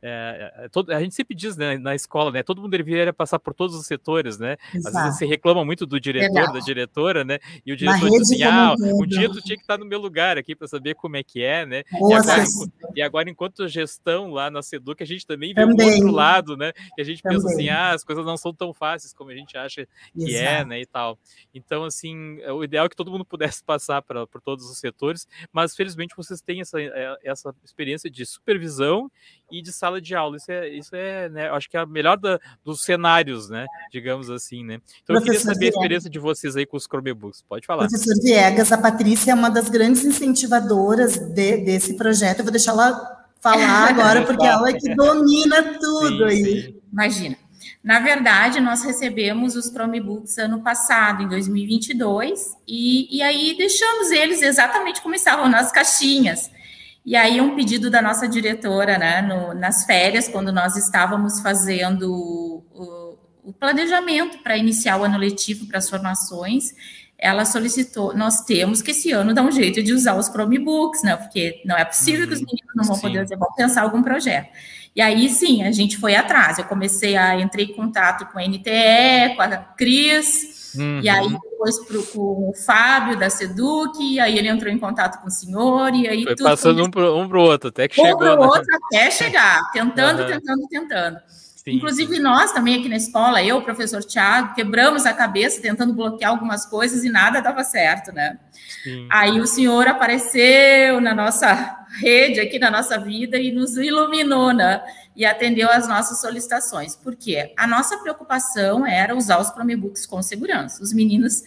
A gente sempre diz, né, na escola, né? Todo mundo deveria passar por todos os setores, né? Exato. Às vezes você reclama muito do diretor, da diretora, né? E o diretor diz assim, um dia tu tinha que estar no meu lugar aqui para saber como é que é, né? E agora, enquanto gestão lá na Seduc, a gente também vê o outro lado, né? Que a gente pensa assim, as coisas não são tão fáceis como a gente acha que é, né? E tal. Então, assim, o ideal é que todo mundo pudesse passar por todos os setores, mas felizmente vocês têm essa experiência de supervisão e de sala de aula. Isso é, né, acho que é a melhor dos cenários, né, digamos assim, né. Então, eu queria saber a experiência de vocês aí com os Chromebooks. Pode falar. Professor Viegas, a Patrícia é uma das grandes incentivadoras desse projeto. Eu vou deixar ela falar agora, porque ela é que domina tudo aí. Sim. Imagina. Na verdade, nós recebemos os Chromebooks ano passado, em 2022, e aí deixamos eles exatamente como estavam nas caixinhas. E aí um pedido da nossa diretora, né, nas férias, quando nós estávamos fazendo o planejamento para iniciar o ano letivo para as formações, ela solicitou, nós temos que esse ano dar um jeito de usar os Chromebooks, né, porque não é possível que os meninos não vão poder usar, vão pensar algum projeto. E aí, sim, a gente foi atrás. Eu entrei em contato com a NTE, com a Cris, e aí depois com o Fábio da Seduc, e aí ele entrou em contato com o senhor, e aí foi tudo passando um pro outro, até que chegou. Um pro outro até chegar, tentando. Sim, inclusive, nós também aqui na escola, eu, o professor Thiago, quebramos a cabeça tentando bloquear algumas coisas e nada dava certo, né? Sim. Aí o senhor apareceu na nossa rede, aqui na nossa vida, e nos iluminou, né? E atendeu às nossas solicitações. Por quê? A nossa preocupação era usar os Chromebooks com segurança. Os meninos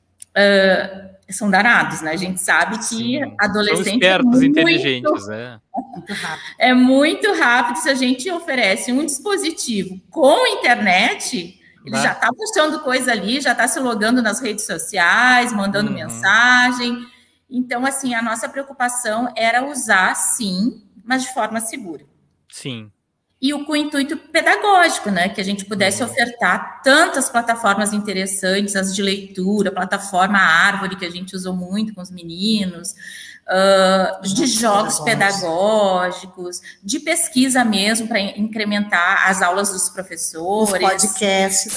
são danados, né? A gente sabe que sim, adolescente são espertos, inteligentes, né? É muito rápido. Se a gente oferece um dispositivo com internet, ele já está postando coisa ali, já está se logando nas redes sociais, mandando mensagem. Então, assim, a nossa preocupação era usar, sim, mas de forma segura. Sim. E com o intuito pedagógico, né? Que a gente pudesse ofertar tantas plataformas interessantes, as de leitura, plataforma Árvore, que a gente usou muito com os meninos, de jogos pedagógicos, de pesquisa mesmo, para incrementar as aulas dos professores. Os podcasts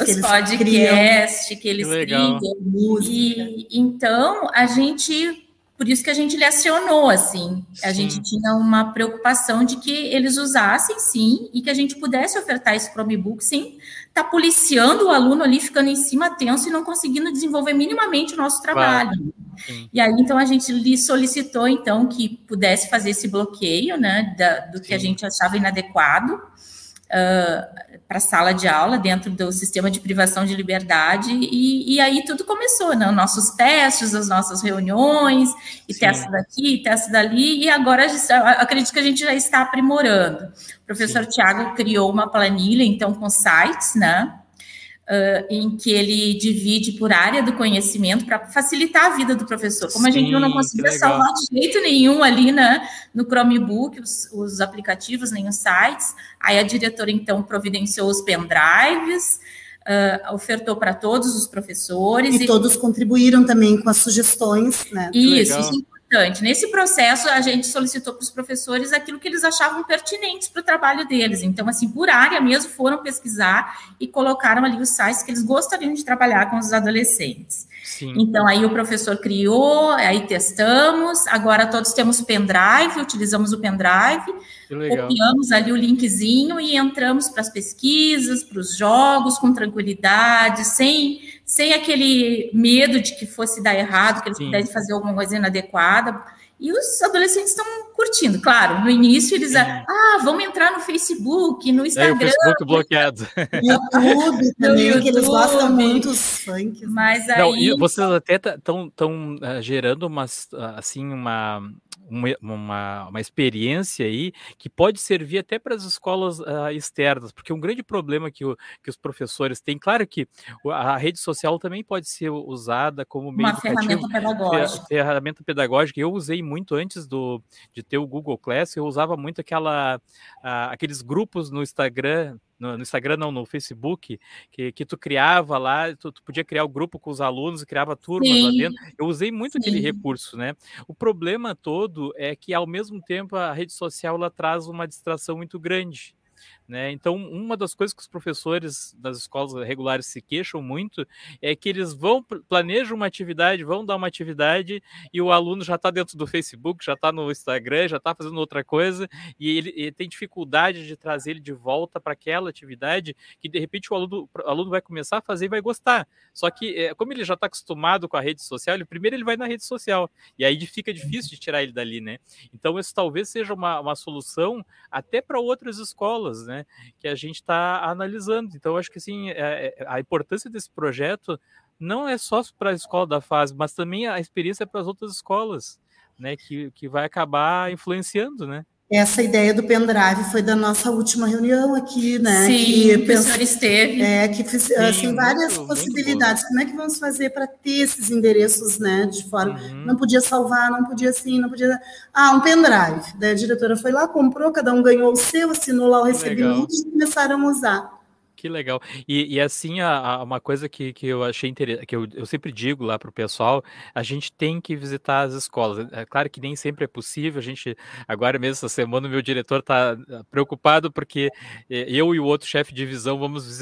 que eles criam. E então, por isso que a gente lhe acionou, assim. A gente tinha uma preocupação de que eles usassem, sim, e que a gente pudesse ofertar esse Chromebook sem estar policiando o aluno ali, ficando em cima tenso e não conseguindo desenvolver minimamente o nosso trabalho. E aí, então, a gente lhe solicitou, então, que pudesse fazer esse bloqueio, né, do que a gente achava inadequado para a sala de aula, dentro do sistema de privação de liberdade, e aí tudo começou, né? Nossos testes, as nossas reuniões, e testes daqui, testes dali, e agora acredito que a gente já está aprimorando. O professor Thiago criou uma planilha, então, com sites, né? Em que ele divide por área do conhecimento para facilitar a vida do professor. Como a gente não conseguia salvar de jeito nenhum ali, né, no Chromebook, os aplicativos, nem os sites, aí a diretora, então, providenciou os pendrives, ofertou para todos os professores. E todos contribuíram também com as sugestões, né? Isso é importante. Nesse processo, a gente solicitou para os professores aquilo que eles achavam pertinentes para o trabalho deles. Então, assim, por área mesmo, foram pesquisar e colocaram ali os sites que eles gostariam de trabalhar com os adolescentes. Sim. Então, aí o professor criou, aí testamos, agora todos temos pendrive, utilizamos o pendrive, copiamos ali o linkzinho e entramos para as pesquisas, para os jogos, com tranquilidade, sem sem aquele medo de que fosse dar errado, que eles pudessem fazer alguma coisa inadequada. E os adolescentes estão curtindo, claro. No início eles vamos entrar no Facebook, no Instagram. O Facebook bloqueado. YouTube também, que eles gostam muito dos funk. Mas aí... Não, e vocês até estão gerando uma experiência aí que pode servir até para as escolas externas, porque um grande problema que os professores têm, claro que a rede social também pode ser usada como meio educativo, ferramenta pedagógica. Eu usei muito antes de ter o Google Class, eu usava muito aqueles grupos no Instagram, no Facebook, que tu criava lá, tu podia criar o grupo com os alunos e criava turmas lá dentro. Eu usei muito aquele recurso, né? O problema todo é que, ao mesmo tempo, a rede social ela traz uma distração muito grande, né? Então, uma das coisas que os professores das escolas regulares se queixam muito é que eles planejam uma atividade, vão dar uma atividade e o aluno já está dentro do Facebook, já está no Instagram, já está fazendo outra coisa e ele tem dificuldade de trazer ele de volta para aquela atividade que, de repente, o aluno vai começar a fazer e vai gostar. Só que, como ele já está acostumado com a rede social, primeiro ele vai na rede social e aí fica difícil de tirar ele dali, né? Então, isso talvez seja uma solução até para outras escolas, né? Que a gente está analisando. Então, acho que assim, a importância desse projeto não é só para a escola da FASB, mas também a experiência para as outras escolas, né? Que vai acabar influenciando, né? Essa ideia do pendrive foi da nossa última reunião aqui, né? Sim, que o professor esteve. Que fiz assim, várias possibilidades. Como é que vamos fazer para ter esses endereços, né? De forma. Não podia salvar, não podia assim, não podia. Um pendrive. Daí a diretora foi lá, comprou, cada um ganhou o seu, assinou lá o recebimento e começaram a usar. Que legal. E assim, uma coisa que eu achei interessante, que eu sempre digo lá para o pessoal, a gente tem que visitar as escolas. É claro que nem sempre é possível, agora mesmo essa semana o meu diretor está preocupado porque eu e o outro chefe de divisão vamos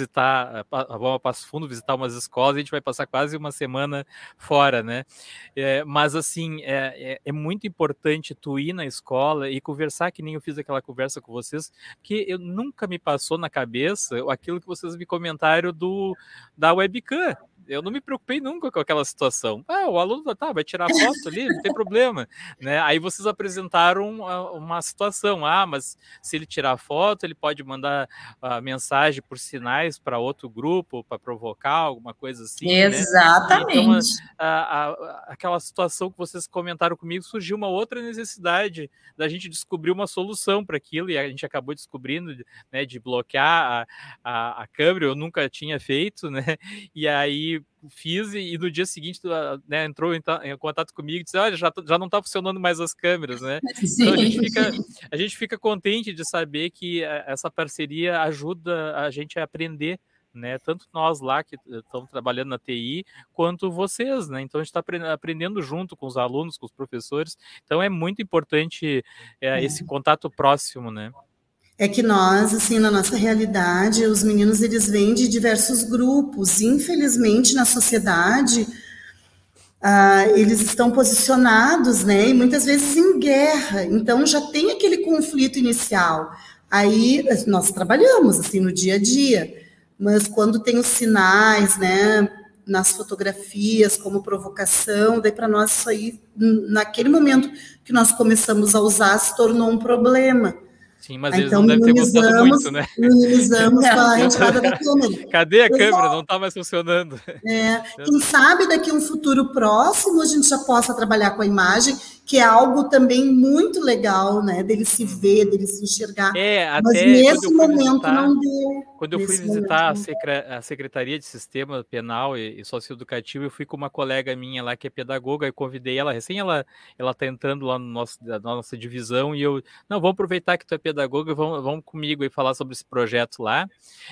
a Passo Fundo visitar umas escolas, a gente vai passar quase uma semana fora, né? Mas assim, é muito importante tu ir na escola e conversar, que nem eu fiz aquela conversa com vocês, que eu nunca me passou na cabeça aquilo que vocês me comentaram da webcam. Eu não me preocupei nunca com aquela situação. O aluno vai tirar foto ali, não tem problema, né? Aí vocês apresentaram uma situação. Mas se ele tirar foto, ele pode mandar mensagem por sinais para outro grupo, para provocar alguma coisa assim. Exatamente. Né? Então, aquela situação que vocês comentaram comigo, surgiu uma outra necessidade da gente descobrir uma solução para aquilo, e a gente acabou descobrindo, né, de bloquear a câmera. Eu nunca tinha feito, né? E aí fiz, e no dia seguinte, né, entrou em contato comigo e disse: olha, já não está funcionando mais as câmeras, né? Então a gente fica contente de saber que essa parceria ajuda a gente a aprender, né? Tanto nós lá que estamos trabalhando na TI, quanto vocês, né? Então a gente está aprendendo junto com os alunos, com os professores. Então é muito importante esse contato próximo, né? É que nós, assim, na nossa realidade, os meninos, eles vêm de diversos grupos. Infelizmente, na sociedade, eles estão posicionados, né? E muitas vezes em guerra. Então, já tem aquele conflito inicial. Aí, nós trabalhamos, assim, no dia a dia. Mas quando tem os sinais, né? Nas fotografias, como provocação, daí para nós isso aí, naquele momento que nós começamos a usar, se tornou um problema. Sim, mas eles não devem ter gostado muito, né? Minimizamos a retirada da câmera. Cadê a câmera? Não está mais funcionando. Quem sabe daqui a um futuro próximo a gente já possa trabalhar com a imagem, que é algo também muito legal, né? Dele se ver, dele se enxergar. Mas nesse momento não deu. Quando eu fui visitar a Secretaria de Sistema Penal e Socioeducativo, eu fui com uma colega minha lá que é pedagoga, e convidei ela, ela está entrando lá na nossa divisão, e não, vamos aproveitar que tu é pedagoga, vamos comigo e falar sobre esse projeto lá.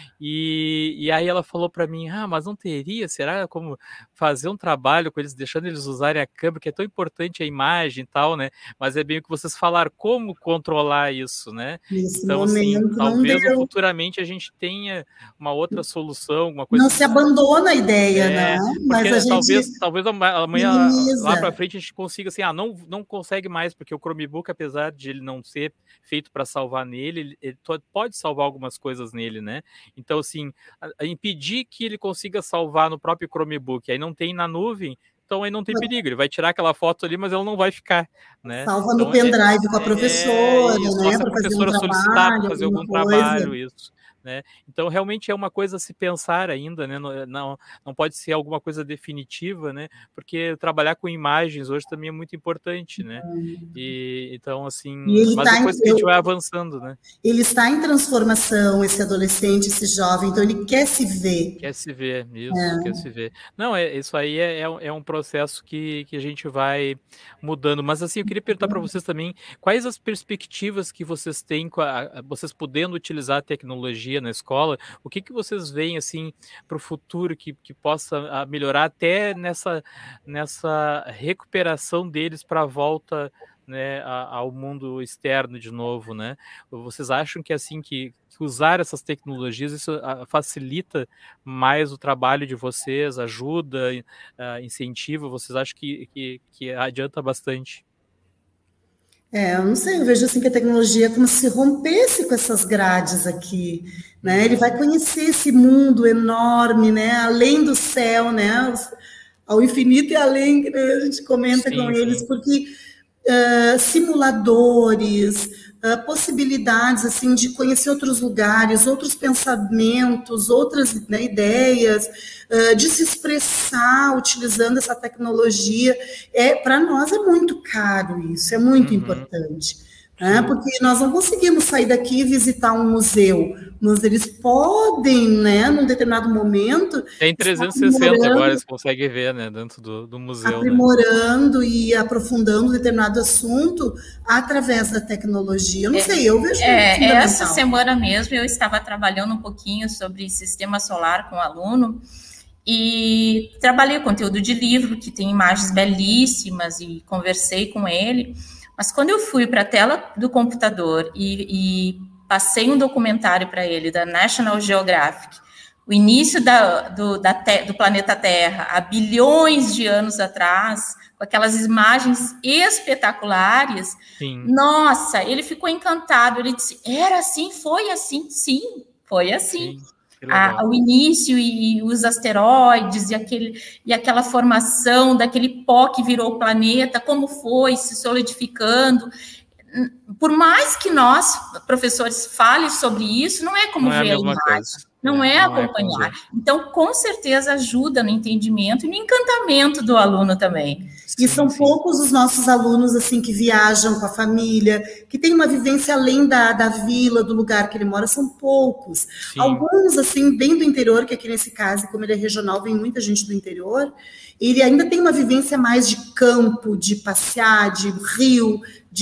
E aí ela falou para mim: mas não teria, será como fazer um trabalho com eles, deixando eles usarem a câmera, que é tão importante a imagem, e tal, né? Mas é bem o que vocês falaram, como controlar isso, né? Nesse Então, assim, momento não talvez deu. futuramente a gente tenha uma outra solução, alguma coisa Não que se abandona a ideia, né? Mas porque a gente talvez amanhã lá para minimiza. frente a gente consiga assim, não consegue mais, porque o Chromebook, apesar de ele não ser feito para salvar nele, ele pode salvar algumas coisas nele, né? Então, assim, impedir que ele consiga salvar no próprio Chromebook, aí não tem na nuvem, então aí não tem perigo, ele vai tirar aquela foto ali, mas ela não vai ficar, né? Salva no Então pendrive com a professora, isso, só né? se a Para fazer um professora solicitar para trabalho, fazer alguma algum coisa. trabalho, isso. Né? Então, realmente é uma coisa a se pensar ainda, né? Não pode ser alguma coisa definitiva, né? Porque trabalhar com imagens hoje também é muito importante, né? E então, assim, mas depois que a gente vai avançando, né? Ele está em transformação, esse adolescente, esse jovem, então ele quer se ver. Quer se ver, isso, quer se ver. Não, isso aí é um processo que a gente vai mudando. Mas assim, eu queria perguntar para vocês também, quais as perspectivas que vocês têm, vocês podendo utilizar a tecnologia na escola, o que vocês veem assim para o futuro que possa melhorar até nessa recuperação deles para a volta, né, ao mundo externo de novo, né? Vocês acham que assim que usar essas tecnologias isso facilita mais o trabalho de vocês, ajuda, incentiva? Vocês acham que adianta bastante? Eu não sei, eu vejo assim que a tecnologia é como se rompesse com essas grades aqui, né? Ele vai conhecer esse mundo enorme, né? Além do céu, né? Ao infinito e além, né? A gente comenta com eles, porque simuladores, possibilidades assim de conhecer outros lugares, outros pensamentos, outras, né, ideias, de se expressar utilizando essa tecnologia. Para nós é muito caro isso, é muito importante. Porque nós não conseguimos sair daqui e visitar um museu, mas eles podem, né, num determinado momento... Tem 360 agora, você consegue ver, né, dentro do museu. Aprimorando, né, e aprofundando determinado assunto através da tecnologia. Eu não sei, eu vejo essa semana mesmo eu estava trabalhando um pouquinho sobre sistema solar com um aluno, e trabalhei o conteúdo de livro, que tem imagens belíssimas, e conversei com ele. Mas quando eu fui para a tela do computador e passei um documentário para ele da National Geographic, o início do planeta Terra, há bilhões de anos atrás, com aquelas imagens espetaculares, nossa, ele ficou encantado. Ele disse, era assim, foi assim? Sim, foi assim. O início e os asteroides e aquela formação daquele pó que virou o planeta, como foi se solidificando. Por mais que nós, professores, falem sobre isso, não é como ver a imagem, não é acompanhar. Então, com certeza, ajuda no entendimento e no encantamento do aluno também. E são poucos os nossos alunos assim que viajam com a família, que têm uma vivência além da vila, do lugar que ele mora, são poucos. Alguns, assim, bem do interior, que aqui nesse caso, como ele é regional, vem muita gente do interior, ele ainda tem uma vivência mais de campo, de passear, de rio,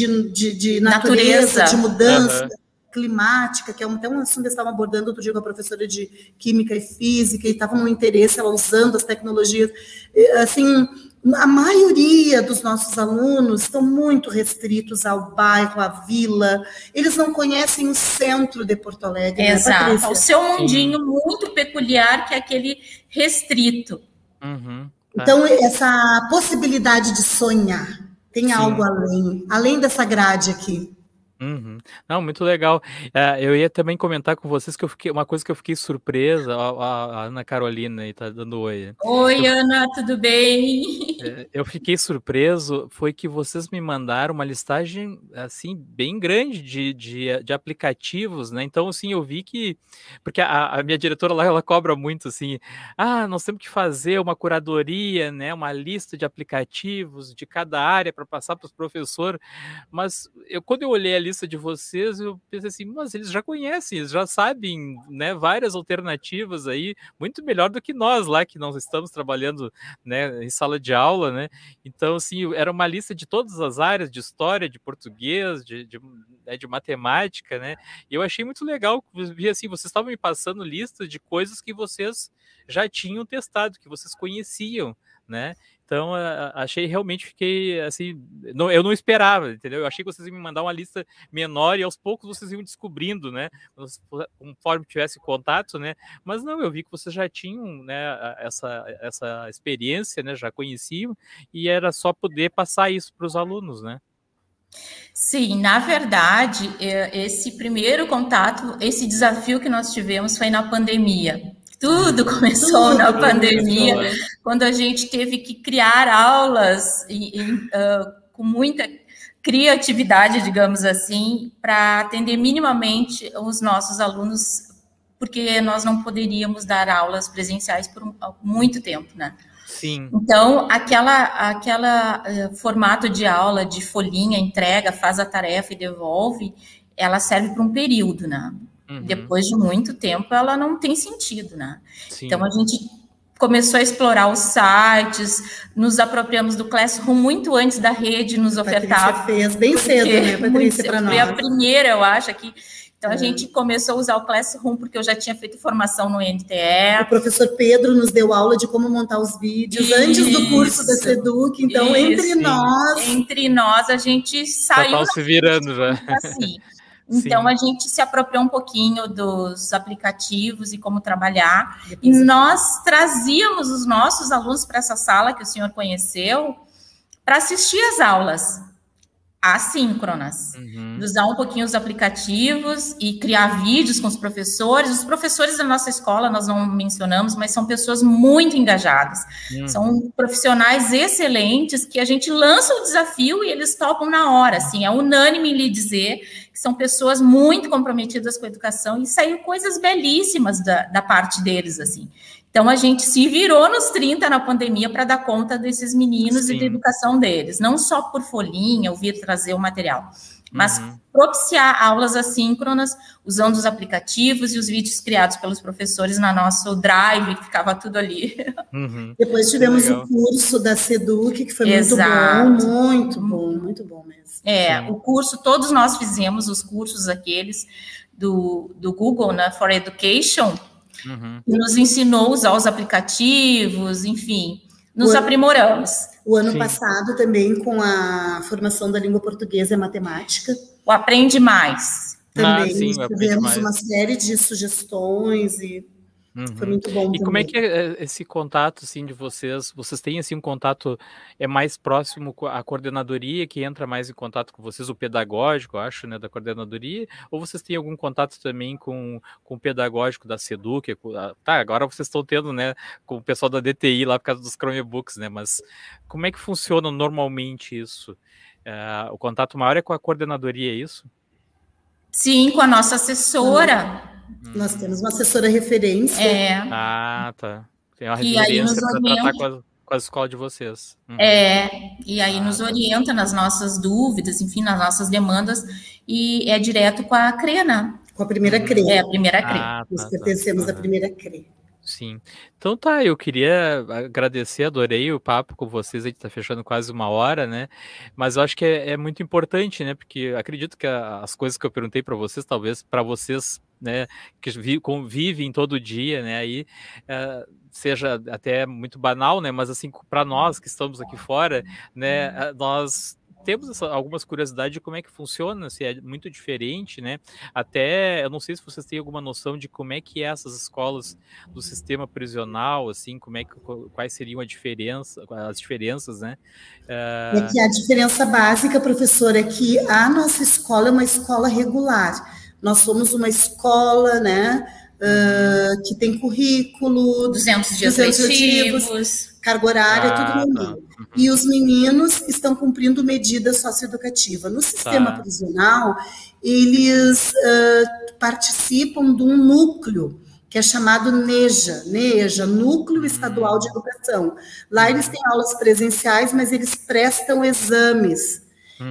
de natureza, de mudança climática, que é até um assunto que eu estava abordando outro dia com a professora de Química e Física, e estava no interesse, ela usando as tecnologias. Assim, a maioria dos nossos alunos estão muito restritos ao bairro, à vila, eles não conhecem o centro de Porto Alegre. Exato, né, o seu mundinho muito peculiar, que é aquele restrito. Então, essa possibilidade de sonhar, tem algo além dessa grade aqui. Não, muito legal. Eu ia também comentar com vocês que uma coisa que eu fiquei surpresa, a Ana Carolina aí tá dando oi. Oi, Ana, tudo bem? Eu fiquei surpreso, foi que vocês me mandaram uma listagem, assim, bem grande de aplicativos, né? Então, assim, eu vi que... Porque a minha diretora lá, ela cobra muito, assim, nós temos que fazer uma curadoria, né? Uma lista de aplicativos de cada área para passar para os professores, mas quando eu olhei a lista de vocês, eu pensei assim, mas eles já conhecem, eles já sabem, né, várias alternativas aí, muito melhor do que nós lá, que não estamos trabalhando, né, em sala de aula, né? Então, assim, era uma lista de todas as áreas, de história, de português, de matemática, né? E eu achei muito legal, vi assim, vocês estavam me passando lista de coisas que vocês já tinham testado, que vocês conheciam, né? Então, achei, realmente fiquei assim, eu não esperava, entendeu? Eu achei que vocês iam me mandar uma lista menor e aos poucos vocês iam descobrindo, né? Conforme tivesse contato, né? Mas não, eu vi que vocês já tinham, né, essa experiência, né? Já conheciam, e era só poder passar isso para os alunos, né? Sim, na verdade, esse primeiro contato, esse desafio que nós tivemos foi na pandemia. Tudo começou na pandemia, quando a gente teve que criar aulas com muita criatividade, digamos assim, para atender minimamente os nossos alunos, porque nós não poderíamos dar aulas presenciais por muito tempo, né? Sim. Então, aquela formato de aula de folhinha, entrega, faz a tarefa e devolve, ela serve para um período, né? Uhum. Depois de muito tempo, ela não tem sentido, né? Sim. Então, a gente começou a explorar os sites, nos apropriamos do Classroom muito antes da rede nos ofertar. Patrícia fez bem cedo, né, Patrícia, para nós. Foi a primeira, eu acho, aqui. Então, a gente começou a usar o Classroom, porque eu já tinha feito formação no NTE. O professor Pedro nos deu aula de como montar os vídeos antes do curso da SEDUC. Então, entre nós, a gente saiu... Já se virando, já. Assim. Então, a gente se apropriou um pouquinho dos aplicativos e como trabalhar. E nós trazíamos os nossos alunos para essa sala que o senhor conheceu para assistir às aulas assíncronas, usar um pouquinho os aplicativos e criar vídeos com os professores. Os professores da nossa escola, nós não mencionamos, mas são pessoas muito engajadas. São profissionais excelentes que a gente lança o desafio e eles topam na hora, assim, é unânime lhe dizer que são pessoas muito comprometidas com a educação e saiu coisas belíssimas da parte deles, assim. Então, a gente se virou nos 30 na pandemia para dar conta desses meninos e da educação deles. Não só por folhinha, ouvir trazer o material, mas propiciar aulas assíncronas, usando os aplicativos e os vídeos criados pelos professores na nosso Drive, que ficava tudo ali. Depois tivemos o curso da SEDUC, que foi muito bom mesmo. O curso, todos nós fizemos os cursos aqueles do Google, né, for Education, que nos ensinou a usar os aplicativos, enfim, nos aprimoramos. O ano passado também com a formação da língua portuguesa e matemática. O Aprende Mais. Também tivemos uma série de sugestões e foi muito bom. E também. como é que é esse contato, assim, de vocês? Vocês têm, assim, um contato mais próximo com a coordenadoria, que entra mais em contato com vocês, o pedagógico, eu acho, né, da coordenadoria? Ou vocês têm algum contato também com o pedagógico da SEDUC? Agora vocês estão tendo, né, com o pessoal da DTI lá por causa dos Chromebooks, né? Mas como é que funciona normalmente isso? O contato maior é com a coordenadoria, é isso? Sim, com a nossa assessora. Nós temos uma assessora referência. Tá. Tem uma referência para tratar com a escola de vocês. E aí nos orienta nas nossas dúvidas, enfim, nas nossas demandas, e é direto com a CRE, Com a primeira CRE. A primeira CRE. Nós pertencemos à primeira CRE. Sim. Então eu queria agradecer, adorei o papo com vocês, a gente está fechando quase 1 hora, né? Mas eu acho que é muito importante, né? Porque acredito que as coisas que eu perguntei para vocês, talvez para vocês, né, que convivem todo dia, né? Aí seja até muito banal, né? Mas assim, para nós que estamos aqui fora, né? Nós temos algumas curiosidades de como é que funciona, se é muito diferente, né? Até, eu não sei se vocês têm alguma noção de como é que essas escolas do sistema prisional, assim, quais seriam as diferenças, né? É que a diferença básica, professor, é que a nossa escola é uma escola regular. Nós somos uma escola, né, que tem currículo, 200 dias letivos, carga horária, tudo no mínimo. E os meninos estão cumprindo medida socioeducativa. No sistema prisional, eles participam de um núcleo que é chamado NEJA, Núcleo Estadual de Educação. Lá eles têm aulas presenciais, mas eles prestam exames.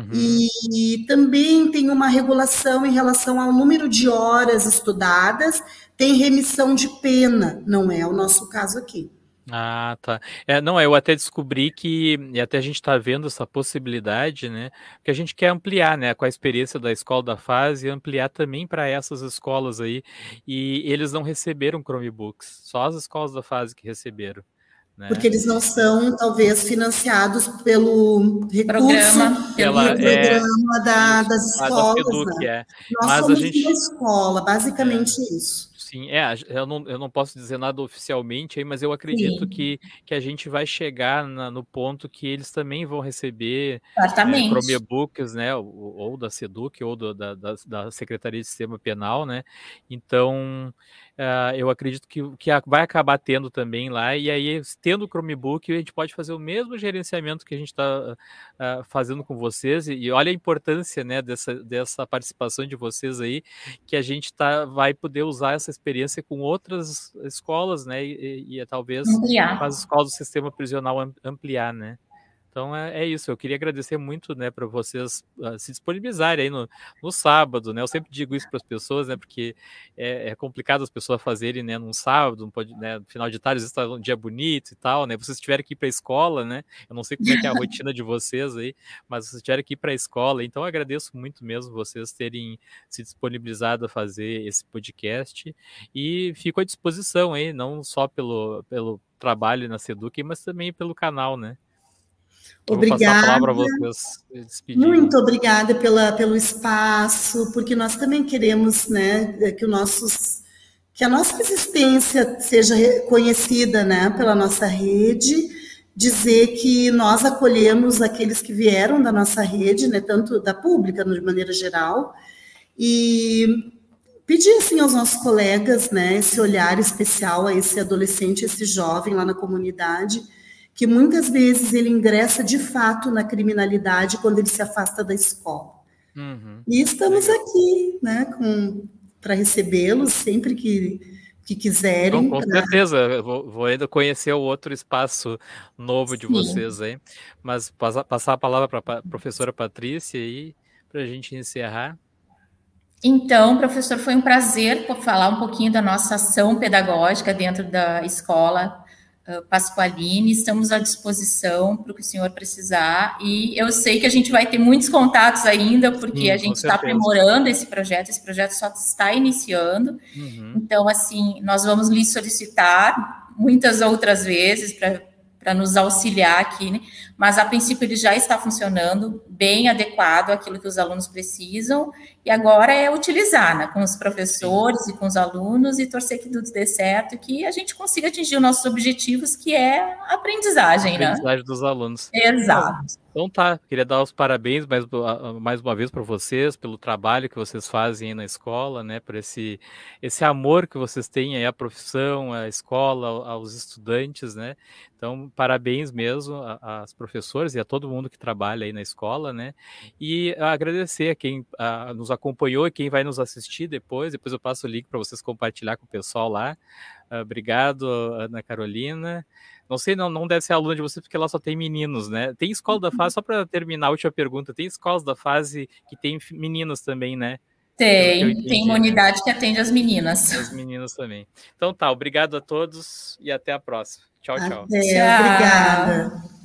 E também tem uma regulação em relação ao número de horas estudadas, tem remissão de pena, não é o nosso caso aqui. Tá. Eu até descobri e até a gente está vendo essa possibilidade, né, que a gente quer ampliar, né, com a experiência da escola da fase, e ampliar também para essas escolas aí, e eles não receberam Chromebooks, só as escolas da fase que receberam, né? Porque eles não são, talvez, financiados pelo recurso, pelo programa das escolas. Né? Nós somos uma escola, basicamente isso. Sim, eu não posso dizer nada oficialmente aí, mas eu acredito que a gente vai chegar no ponto que eles também vão receber Chromebooks, né, ou da SEDUC, ou da Secretaria de Sistema Penal, né, então eu acredito que vai acabar tendo também lá, e aí, tendo o Chromebook, a gente pode fazer o mesmo gerenciamento que a gente está fazendo com vocês, e olha a importância, né, dessa participação de vocês aí, que a gente vai poder usar essa experiência com outras escolas, né, e talvez com as escolas do sistema prisional ampliar, né. Então é isso, eu queria agradecer muito, né, para vocês se disponibilizarem aí no sábado, né, eu sempre digo isso para as pessoas, né, porque é complicado as pessoas fazerem, né, num sábado, né, no final de tarde, às vezes está um dia bonito e tal, né, vocês tiverem que ir para a escola, né, eu não sei como é que é a rotina de vocês aí, mas vocês tiverem que ir para a escola, então eu agradeço muito mesmo vocês terem se disponibilizado a fazer esse podcast, e fico à disposição aí, não só pelo trabalho na SEDUC, mas também pelo canal, né. Obrigada. Vou passar a palavra a vocês despedirem. Muito obrigada pelo espaço, porque nós também queremos, né, que a nossa existência seja reconhecida, né, pela nossa rede, dizer que nós acolhemos aqueles que vieram da nossa rede, né, tanto da pública, de maneira geral, e pedir assim aos nossos colegas, né, esse olhar especial a esse adolescente, esse jovem lá na comunidade, que muitas vezes ele ingressa de fato na criminalidade quando ele se afasta da escola. E estamos aqui, né, para recebê-los sempre que quiserem. Então, com certeza, eu vou ainda conhecer o outro espaço novo de vocês aí, mas passar a palavra para a professora Patrícia aí, para a gente encerrar. Então, professor, foi um prazer falar um pouquinho da nossa ação pedagógica dentro da escola Pasqualini. Estamos à disposição para o que o senhor precisar, e eu sei que a gente vai ter muitos contatos ainda, porque a gente está aprimorando esse projeto só está iniciando, então, assim, nós vamos lhe solicitar muitas outras vezes para nos auxiliar aqui, né? Mas a princípio ele já está funcionando bem adequado àquilo que os alunos precisam, e agora é utilizar, né, com os professores e com os alunos, e torcer que tudo dê certo, que a gente consiga atingir os nossos objetivos, que é a aprendizagem, né? Aprendizagem dos alunos. Exato. Então tá, queria dar os parabéns mais uma vez para vocês, pelo trabalho que vocês fazem aí na escola, né, por esse amor que vocês têm aí à profissão, à escola, aos estudantes, né, então parabéns mesmo às professoras e a todo mundo que trabalha aí na escola, né, e agradecer a quem nos acompanhou e quem vai nos assistir depois eu passo o link para vocês compartilhar com o pessoal lá. Obrigado, Ana Carolina. Não sei, não deve ser aluna de vocês, porque lá só tem meninos, né? Tem escola da fase, só para terminar a última pergunta, tem escolas da fase que tem meninos também, né? Tem uma unidade que atende as meninas. As meninas também. Então tá, obrigado a todos e até a próxima. Tchau, tchau. Obrigada.